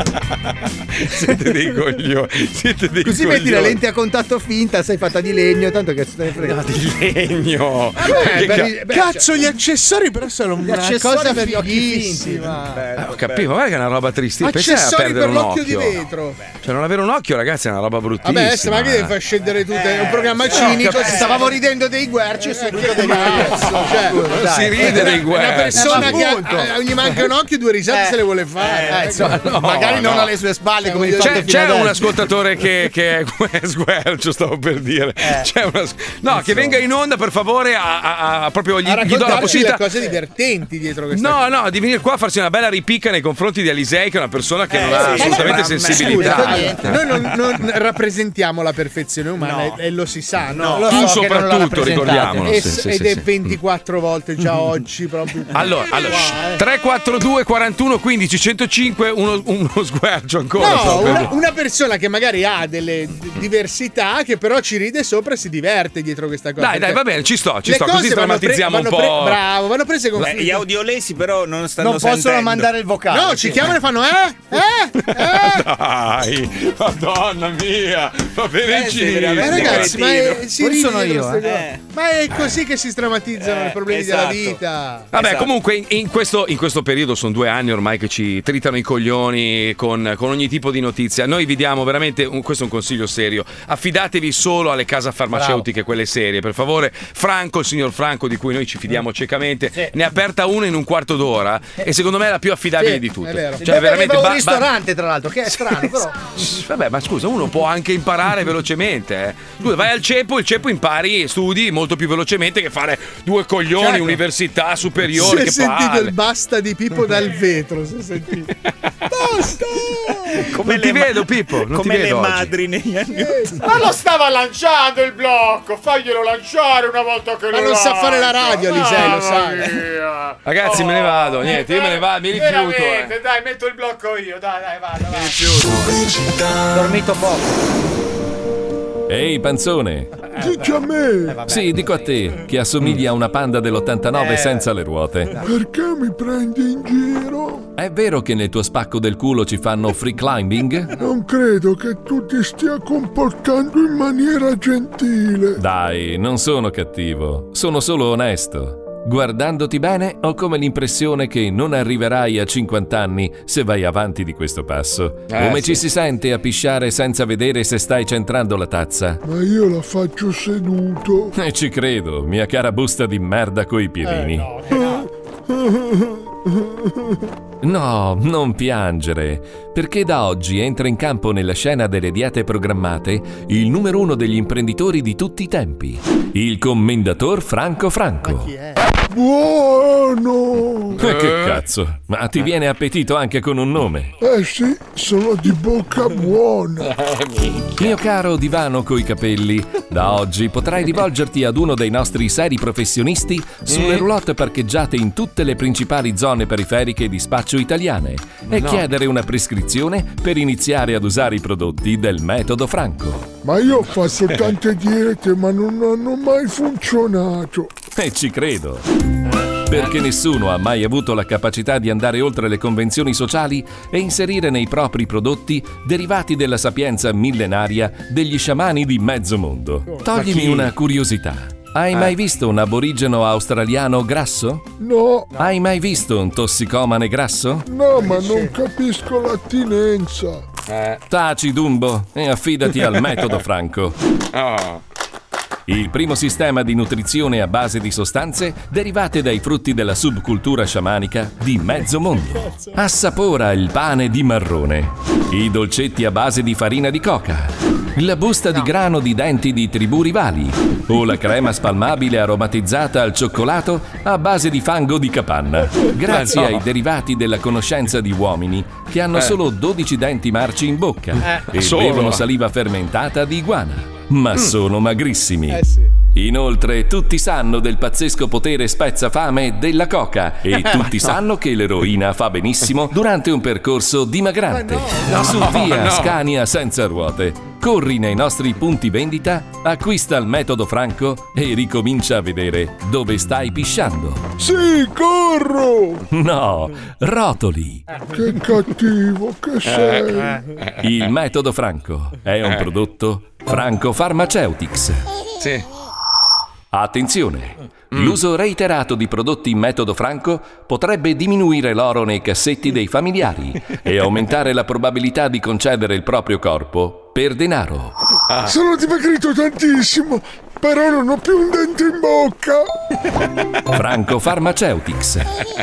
Siete dei coglioni. Così metti la lente a contatto finta, sei fatta di legno, tanto che se te ne frega. No, di legno. Cazzo, gli accessori però sono una cosa per gli occhi fighissima. Ho capito, guarda che è una roba tristissima. Accessori per l'occhio di vetro. Cioè, non avere un occhio, ragazzi, è una roba bruttissima. Vabbè, adesso ma che devi far scendere tutte? È un programma cinico. Stavamo ridendo dei guerci e subito dei Non si ride dei guerci. Una persona che gli manca un occhio, due risate se le vuole fare. Magari non alle sue spalle come il c'è un ascoltatore che è sguercio, stavo per dire. C'è che venga in onda per favore a proprio gli do la possibilità. Cose divertenti dietro questa No, di venire qua a farsi una bella ripicca nei confronti di Alisei, che è una persona che non ha assolutamente sensibilità. Noi non rappresentiamo la perfezione umana e lo si sa, no? Tu soprattutto, ricordiamolo. Ed è 24 volte già oggi proprio. Allora 342 41 15 105 uno sguercio ancora. No, una persona che magari ha delle diversità, che però ci ride sopra e si diverte dietro questa cosa. Dai, va bene, ci sto, così drammatizziamo un po'. Bravo, vanno prese con gli audiolesi però non stanno non possono sentendo. mandare il vocale. No, ci chiamano e fanno Dai, madonna mia, va bene ragazzi, ma si ride sono io. Ma è così che si strammatizzano i problemi della vita. Vabbè, comunque in questo periodo sono 2 anni ormai che ci tritano i coglioni con ogni tipo di notizia. Noi vi diamo veramente questo è un consiglio serio: affidatevi solo alle case farmaceutiche, quelle serie, per favore. Il signor Franco, di cui noi ci fidiamo ciecamente, ne ha aperta una in un quarto d'ora e secondo me è la più affidabile di tutte. È vero. Cioè, veramente un ristorante, tra l'altro, che è strano, però. Vabbè, ma scusa, uno può anche imparare velocemente. Scusa, vai al CEPO, il CEPO impari, studi molto più velocemente che fare 2 coglioni, università superiore. Si è sentito il basta di Pippo dal vetro, si è sentito. Basta! Non ti vedo, Pippo. Come le madri negli anni. Ma lo stava lanciando il blocco, faglielo lanciare una volta che ma non sa fare la radio, Alisei, lo sai. Ragazzi, me ne vado, niente, io me ne vado, mi rifiuto. Dai, metto il blocco io, dai, vado. Mi rifiuto. Dormito poco. Ehi, panzone! Dici a me! Sì, dico a te, che assomigli a una Panda dell'89 senza le ruote. Perché mi prendi in giro? È vero che nel tuo spacco del culo ci fanno free climbing? Non credo che tu ti stia comportando in maniera gentile. Dai, non sono cattivo, sono solo onesto. Guardandoti bene, ho come l'impressione che non arriverai a 50 anni se vai avanti di questo passo. Come ci si sente a pisciare senza vedere se stai centrando la tazza? Ma io la faccio seduto. Ci credo, mia cara busta di merda coi piedini. No, non piangere, perché da oggi entra in campo nella scena delle diete programmate il numero 1 degli imprenditori di tutti i tempi, il commendator Franco Franco. Ma chi è? Buono! Che cazzo, ma ti viene appetito anche con un nome? Sì, sono di bocca buona. Mio caro divano coi capelli, da oggi potrai rivolgerti ad uno dei nostri seri professionisti sulle roulotte parcheggiate in tutte le principali zone periferiche di spaccio italiane e chiedere una prescrizione per iniziare ad usare i prodotti del metodo Franco. Ma io ho fatto tante diete, ma non hanno mai funzionato. E ci credo. Perché nessuno ha mai avuto la capacità di andare oltre le convenzioni sociali e inserire nei propri prodotti derivati della sapienza millenaria degli sciamani di mezzo mondo. Toglimi una curiosità. Hai mai visto un aborigeno australiano grasso? No. Hai mai visto un tossicomane grasso? No, ma non capisco l'attinenza. Taci, Dumbo, e affidati al metodo Franco. Il primo sistema di nutrizione a base di sostanze derivate dai frutti della subcultura sciamanica di mezzo mondo. Assapora il pane di marrone, i dolcetti a base di farina di coca, la busta di grano di denti di tribù rivali o la crema spalmabile aromatizzata al cioccolato a base di fango di capanna. Grazie ai derivati della conoscenza di uomini che hanno solo 12 denti marci in bocca e bevono saliva fermentata di iguana. Ma sono magrissimi. Inoltre tutti sanno del pazzesco potere spezzafame della coca e tutti sanno che l'eroina fa benissimo durante un percorso dimagrante. Su via Scania senza ruote. Corri nei nostri punti vendita, acquista il metodo Franco e ricomincia a vedere dove stai pisciando. Sì, corro! No, rotoli. Che cattivo che sei. Il metodo Franco è un prodotto Franco Pharmaceutics. Sì. Attenzione! L'uso reiterato di prodotti in metodo Franco potrebbe diminuire l'oro nei cassetti dei familiari e aumentare la probabilità di concedere il proprio corpo per denaro. Sono dimagrito tantissimo, però non ho più un dente in bocca. Franco Pharmaceutics.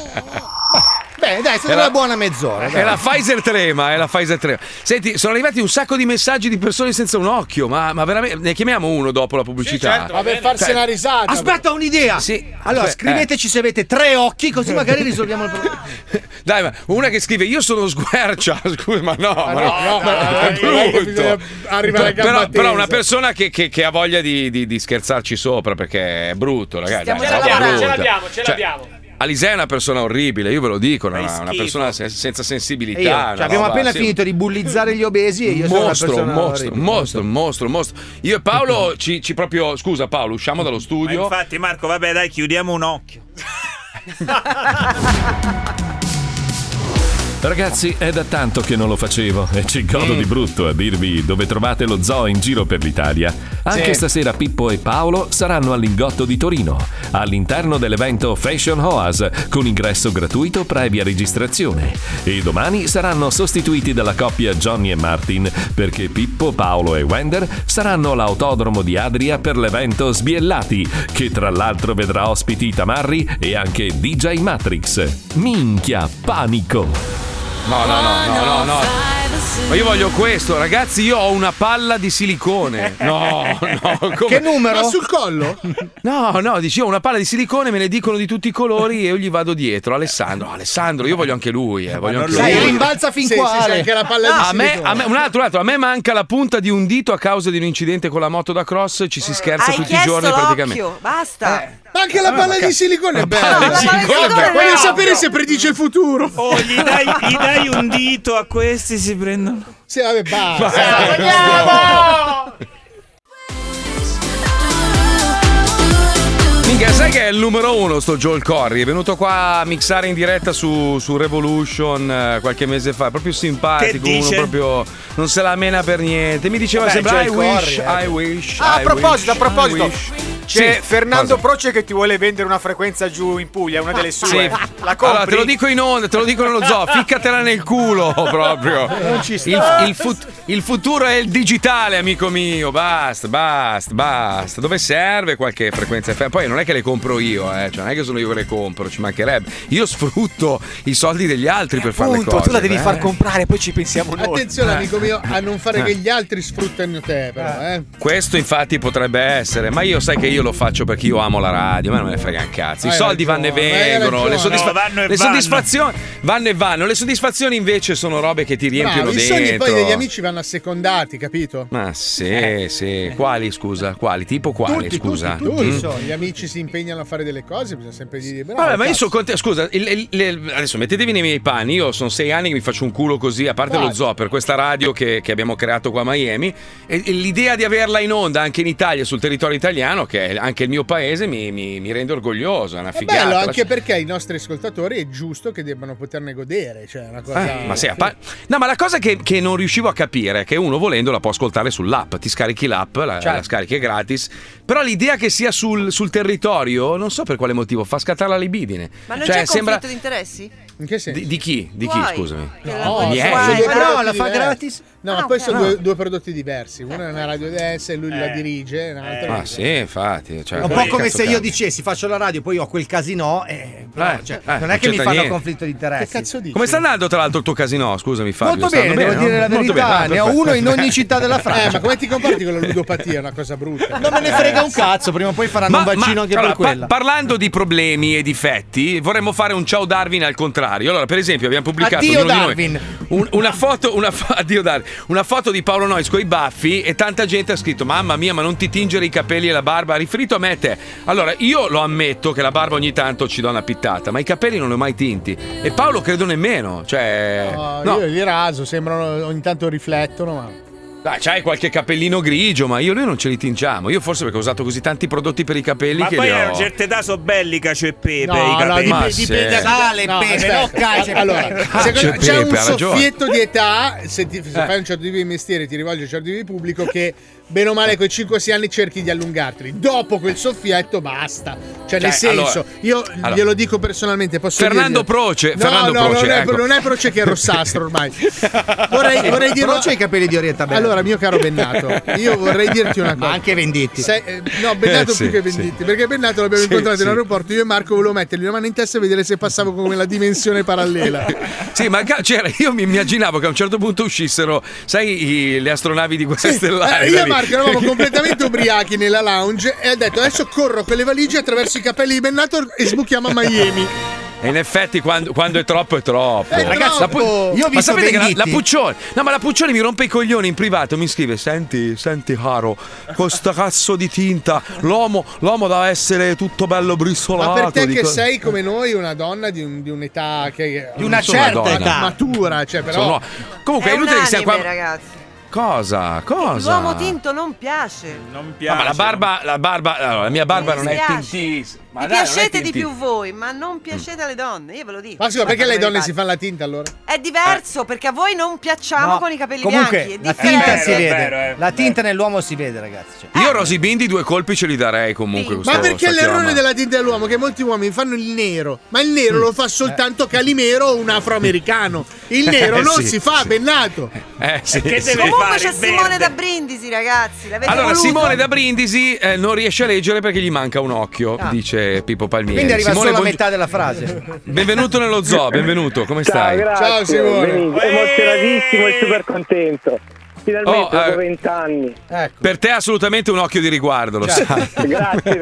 Beh, dai, è stata una buona mezz'ora. È la Pfizer trema, Senti, sono arrivati un sacco di messaggi di persone senza un occhio, ma veramente ne chiamiamo uno dopo la pubblicità? Sì, certo, ma per farsi una risata. Aspetta, un'idea. Sì. Allora, scriveteci se avete 3 occhi, così magari risolviamo il problema. Dai, ma una che scrive io sono sguercia, scusa, ma no, è brutto. Arrivare a però una persona che ha voglia di scherzarci sopra perché è brutto, ragazzi. Ce l'abbiamo. Alisei è una persona orribile, io ve lo dico, una persona senza sensibilità. Abbiamo appena finito di bullizzare gli obesi e io sono una persona mostro. Io e Paolo ci proprio, scusa Paolo, usciamo dallo studio. Ma infatti Marco, vabbè dai, chiudiamo un occhio. Ragazzi, è da tanto che non lo facevo e ci godo di brutto a dirvi dove trovate lo zoo in giro per l'Italia. Anche stasera Pippo e Paolo saranno al Lingotto di Torino, all'interno dell'evento Fashion Oas, con ingresso gratuito previa registrazione. E domani saranno sostituiti dalla coppia Johnny e Martin, perché Pippo, Paolo e Wender saranno all'autodromo di Adria per l'evento Sbiellati, che tra l'altro vedrà ospiti Tamarri e anche DJ Matrix. Minchia, panico! No. Ma io voglio questo, ragazzi, io ho una palla di silicone. No, come? Che numero? Ma sul collo? No, dici, io ho una palla di silicone, me ne dicono di tutti i colori e io gli vado dietro. Alessandro, io voglio anche lui, Sai, rimbalza fin qua. Anche la palla di silicone. A me, un altro, a me manca la punta di un dito a causa di un incidente con la moto da cross, ci si scherza tutti i giorni praticamente. Basta. Ma anche la palla di silicone è bella. Voglio sapere se predice il futuro. Gli dai un dito a questi, si prendono. Sì, vabbè, basta. Minchia, sai che è il numero 1 sto Joel Corry? È venuto qua a mixare in diretta su Revolution qualche mese fa. Proprio simpatico, che dice? Uno proprio non se la mena per niente. Mi diceva sempre I wish. A proposito. C'è Fernando Proce che ti vuole vendere una frequenza giù in Puglia, una delle sue. Sì. La compri? Allora, te lo dico in onda, te lo dico nello zoo, ficcatela nel culo proprio. Non ci sta. Il futuro è il digitale, amico mio. Basta. Dove serve qualche frequenza FM? Poi non è che le compro io, cioè non è che sono io che le compro, ci mancherebbe. Io sfrutto i soldi degli altri per fare le cose. Tu la devi far comprare, poi ci pensiamo noi. Attenzione, amico mio, a non fare che gli altri sfruttano te, però, Questo infatti potrebbe essere, ma io sai che io lo faccio perché io amo la radio, ma non me ne frega un cazzo. I soldi vanno e vengono, le soddisfazioni vanno e vanno. Le soddisfazioni invece sono robe che ti riempiono dentro. I soldi poi degli amici vanno assecondati, capito? Ma sì. Quali, scusa? Quali? Tipo quali, scusa? Tutti. Gli amici si impegnano a fare delle cose, bisogna sempre dire bravo. Vabbè, ma io sono contento. Scusa, adesso mettetevi nei miei panni. Io sono 6 anni che mi faccio un culo così, a parte lo zoo, per questa radio che abbiamo creato qua a Miami. E l'idea di averla in onda anche in Italia, sul territorio italiano, che anche il mio paese mi rende orgoglioso, è una È figata. bello anche perché i nostri ascoltatori è giusto che debbano poterne godere, cioè una cosa. Ma sì, no, ma la cosa che non riuscivo a capire è che uno volendo la può ascoltare sull'app, ti scarichi l'app, la scarichi è gratis, però l'idea che sia sul territorio, non so per quale motivo, fa scattare la libidine. Ma non c'è conflitto di interessi? In che senso? Di chi? Di chi, Vuoi? scusami? La fa gratis. No, ma poi sono due prodotti diversi. Uno è una radio dance e lui la dirige, un'altra Ah sì, infatti. Cioè, È un po' come se io dicessi faccio la radio, poi ho quel casino non è che mi fanno conflitto di interessi. Che cazzo dici? Come sta andando tra l'altro il tuo casino? Scusami Fabio. Molto bene, devo dire la verità, ne ho uno in ogni città della Francia. Ma come ti comporti con la ludopatia? È una cosa brutta. Non me ne frega un cazzo, prima o poi faranno un vaccino anche per quella. Parlando di problemi e difetti, vorremmo fare un ciao Darwin al contrario. Allora, per esempio, abbiamo pubblicato Addio Darwin. Una foto di Paolo Noyes coi baffi e tanta gente ha scritto: mamma mia, ma non ti tingere i capelli e la barba? Riferito a me e te. Allora, io lo ammetto che la barba ogni tanto ci do una pittata, ma i capelli non li ho mai tinti. E Paolo credo nemmeno. Cioè, no. Io li raso, sembrano ogni tanto riflettono, ma. Dai, c'hai qualche capellino grigio, ma noi non ce li tingiamo. Io forse perché ho usato così tanti prodotti per i capelli ma che poi li ho. a una certa età sono belli cacio e pepe No, i capelli. dipende da sale e pepe, no cacio. Allora, c'è un soffietto di età, se fai un certo tipo di mestiere, ti rivolgi a un certo tipo di pubblico che bene o male con i 5-6 anni cerchi di allungarteli. Dopo quel soffietto basta. Cioè nel senso, io glielo dico personalmente, posso Fernando dirglielo? Proce, No, Fernando Proce, ecco. non è Proce che è rossastro ormai. Vorrei dirlo. Proce ha i capelli di orientamento. Allora, mio caro Bennato, io vorrei dirti una cosa. Ma anche Venditti. No, Bennato sì, più che Venditti, perché Bennato l'abbiamo incontrato in aeroporto, io e Marco volevo mettergli una mano in testa e vedere se passavo come la dimensione parallela. Sì, ma io mi immaginavo che a un certo punto uscissero, sai, le astronavi di guerra stellare. Io e Marco eravamo completamente ubriachi nella lounge e ha detto adesso corro con le valigie attraverso i capelli di Bennato e sbuchiamo a Miami. E in effetti quando è troppo è troppo. Ragazzi, io ho visto che la Puccioni, no, ma la Puccioni mi rompe i coglioni in privato, mi scrive: senti caro, con sta cazzo di tinta l'uomo deve essere tutto bello bristolato. Ma per te che sei come noi una donna di un'età che di una certa età matura, cioè però comunque è inutile che sia qua, ragazzi. Cosa? L'uomo tinto non piace. Non piace. No, ma la barba, allora, la mia barba non è tintissima. Mi piacete di più voi, ma non piacete alle donne, io ve lo dico. Ma scusa, perché le donne si fanno la tinta allora? È diverso, perché a voi non piacciamo con i capelli comunque, bianchi. La tinta si vede. La tinta nell'uomo si vede, ragazzi. Io Rosy Bindi 2 colpi ce li darei comunque. Ma perché l'errore della tinta dell'uomo? Che molti uomini fanno il nero, ma il nero lo fa soltanto Calimero o un afroamericano. Il nero non si fa, Bennato. Sì, che deve comunque c'è Simone da Brindisi, ragazzi. Allora, voluto? Simone da Brindisi non riesce a leggere perché gli manca un occhio, dice Pippo Palmieri. Quindi arriva Simone, solo a metà della frase. Benvenuto nello zoo, benvenuto, come stai? Grazie. Ciao Simone. Emozionatissimo e super contento. Finalmente dopo 20 anni. Ecco. Per te assolutamente un occhio di riguardo, lo sai. Grazie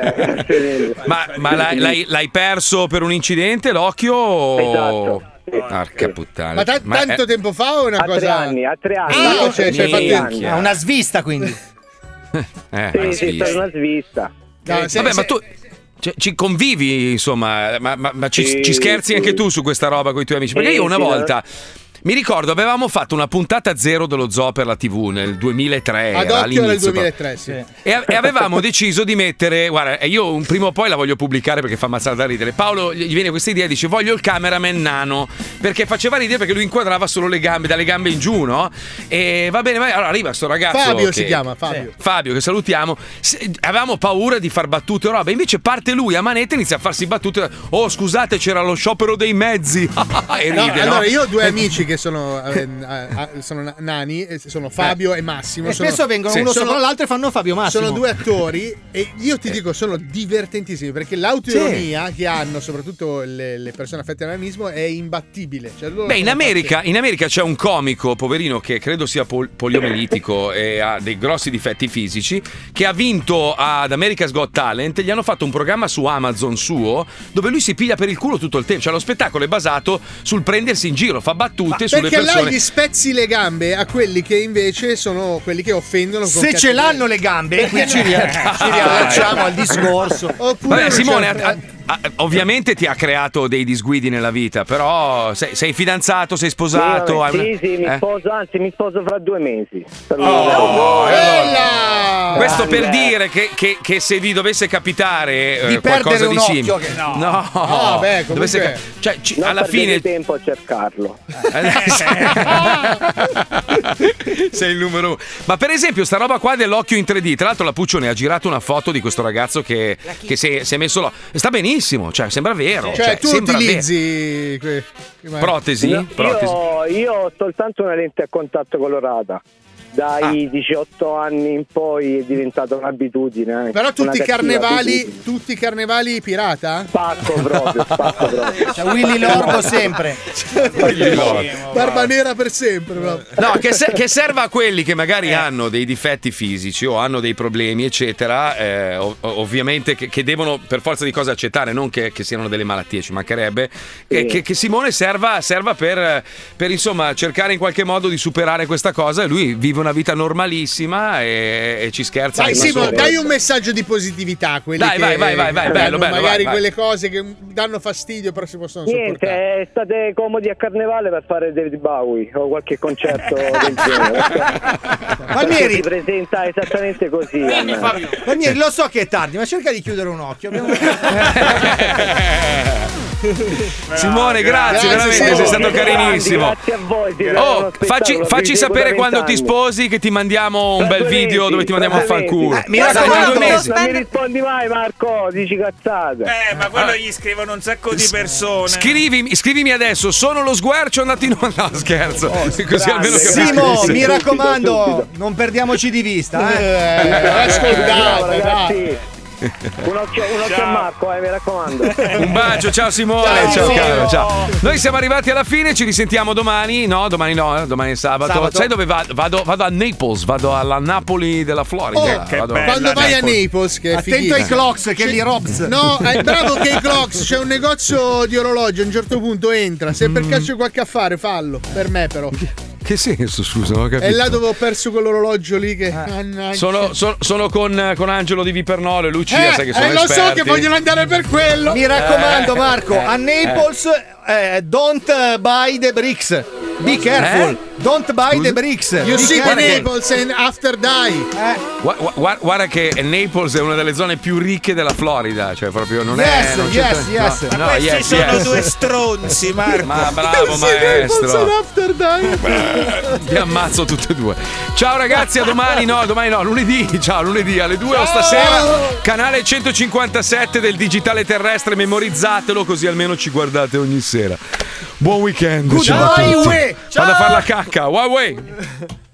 mille. Ma l'hai perso per un incidente l'occhio? Esatto. Porca puttana. Ma tanto tempo fa o una cosa? A 3 anni. Ah, cioè una svista quindi. Sì, è stata una svista. Vabbè, ma tu ci convivi, insomma, ma ci scherzi anche tu su questa roba con i tuoi amici? Perché io una volta mi ricordo avevamo fatto una puntata zero dello zoo per la TV nel 2003. Ad occhio nel 2003, sì. E avevamo deciso di mettere, guarda, io un prima o poi la voglio pubblicare perché fa ammazzare da ridere. Paolo gli viene questa idea e dice: voglio il cameraman nano, perché faceva ridere perché lui inquadrava solo le gambe, dalle gambe in giù, no? E va bene, allora arriva sto ragazzo Fabio si chiama, Fabio, che salutiamo. Avevamo paura di far battute o roba, invece parte lui a manetta e inizia a farsi battute. Oh, scusate, c'era lo sciopero dei mezzi. E ride, allora no? io ho due amici che sono nani, sono Fabio e Massimo. E spesso vengono uno sopra l'altro e fanno Fabio Massimo. Sono due attori e io ti dico sono divertentissimi perché l'autoironia che hanno soprattutto le persone affette da nanismo è imbattibile. Cioè, in America c'è un comico poverino che credo sia poliomelitico e ha dei grossi difetti fisici, che ha vinto ad America's Got Talent. Gli hanno fatto un programma su Amazon suo dove lui si piglia per il culo tutto il tempo, cioè lo spettacolo è basato sul prendersi in giro, fa battute sulle perché persone. là gli spezzi le gambe a quelli che invece sono quelli che offendono con se ce l'hanno le gambe qui ci riallacciamo al discorso. Vabbè, Simone, ovviamente ti ha creato dei disguidi nella vita, però sei fidanzato, sei sposato? Sì, mi sposo fra 2 mesi. Questo per dire che se vi dovesse capitare di qualcosa perdere di un simile, occhio, comunque non alla fine tempo a cercarlo. sei il numero 1. Ma per esempio sta roba qua dell'occhio in 3D, tra l'altro la Puccione ha girato una foto di questo ragazzo che si è messo sta benissimo, cioè sembra vero, cioè tu utilizzi protesi? Io ho soltanto una lente a contatto colorata. Dai 18 anni in poi è diventata un'abitudine. Però tutti i carnevali pirata? Spacco proprio. Cioè Willy Lordo sempre. Barba nera per sempre. No, che serva a quelli che magari hanno dei difetti fisici o hanno dei problemi, eccetera, ovviamente che devono per forza di cose accettare, non che siano delle malattie, ci mancherebbe, che Simone serva per insomma cercare in qualche modo di superare questa cosa, e lui vive una vita normalissima e ci scherza. Dai Simone, dai un messaggio di positività a quelli vai, bello, magari vai. quelle cose che danno fastidio però si possono sopportare. State comodi a carnevale per fare David Bowie o qualche concerto del genere. Palmieri si presenta esattamente così. Palmieri, lo so che è tardi, ma cerca di chiudere un occhio. Simone, grazie veramente, sei stato carinissimo. Grazie a voi. Facci sapere quando ti sposi, che ti mandiamo un bel video dove ti mandiamo a fanculo. Mi raccomando, non mi rispondi mai, Marco, dici cazzate. Ma quello gli scrivono un sacco di persone. Scrivimi adesso, sono lo sguercio andato in onda. No, scherzo. Così almeno Simo, mi raccomando, non perdiamoci di vista. Ascoltate, ragazzi. Un occhio a Marco, mi raccomando. Un bacio, ciao Simone, ciao caro, ciao. Noi siamo arrivati alla fine, ci risentiamo domani. Domani è sabato. Sai dove vado a Naples, vado alla Napoli della Florida. Quando vai a Naples, che è attento ai clocks, che li robs. No, è bravo che i clocks, c'è un negozio di orologi, a un certo punto entra. Se per caso c'è qualche affare, fallo. Per me però. Che senso, scusa, non ho capito. È là dove ho perso quell'orologio lì che sono con Angelo di Vipernolo e Lucia, sai che sono lo esperti. so che vogliono andare per quello. Mi raccomando, Marco, a Naples don't buy the bricks. Be careful. Don't buy the bricks. You see the Naples and after die. Guarda che Naples è una delle zone più ricche della Florida, cioè proprio non è. Yes. Ma questi sono due stronzi, Marco. Ma bravo maestro. And after die. Vi ammazzo tutte e due. Ciao ragazzi, a domani no, lunedì. Ciao, lunedì alle 2 o stasera. Canale 157 del digitale terrestre, memorizzatelo così almeno ci guardate ogni sera. Buon weekend. Goodbye. Vado a fare la cacca. Huawei.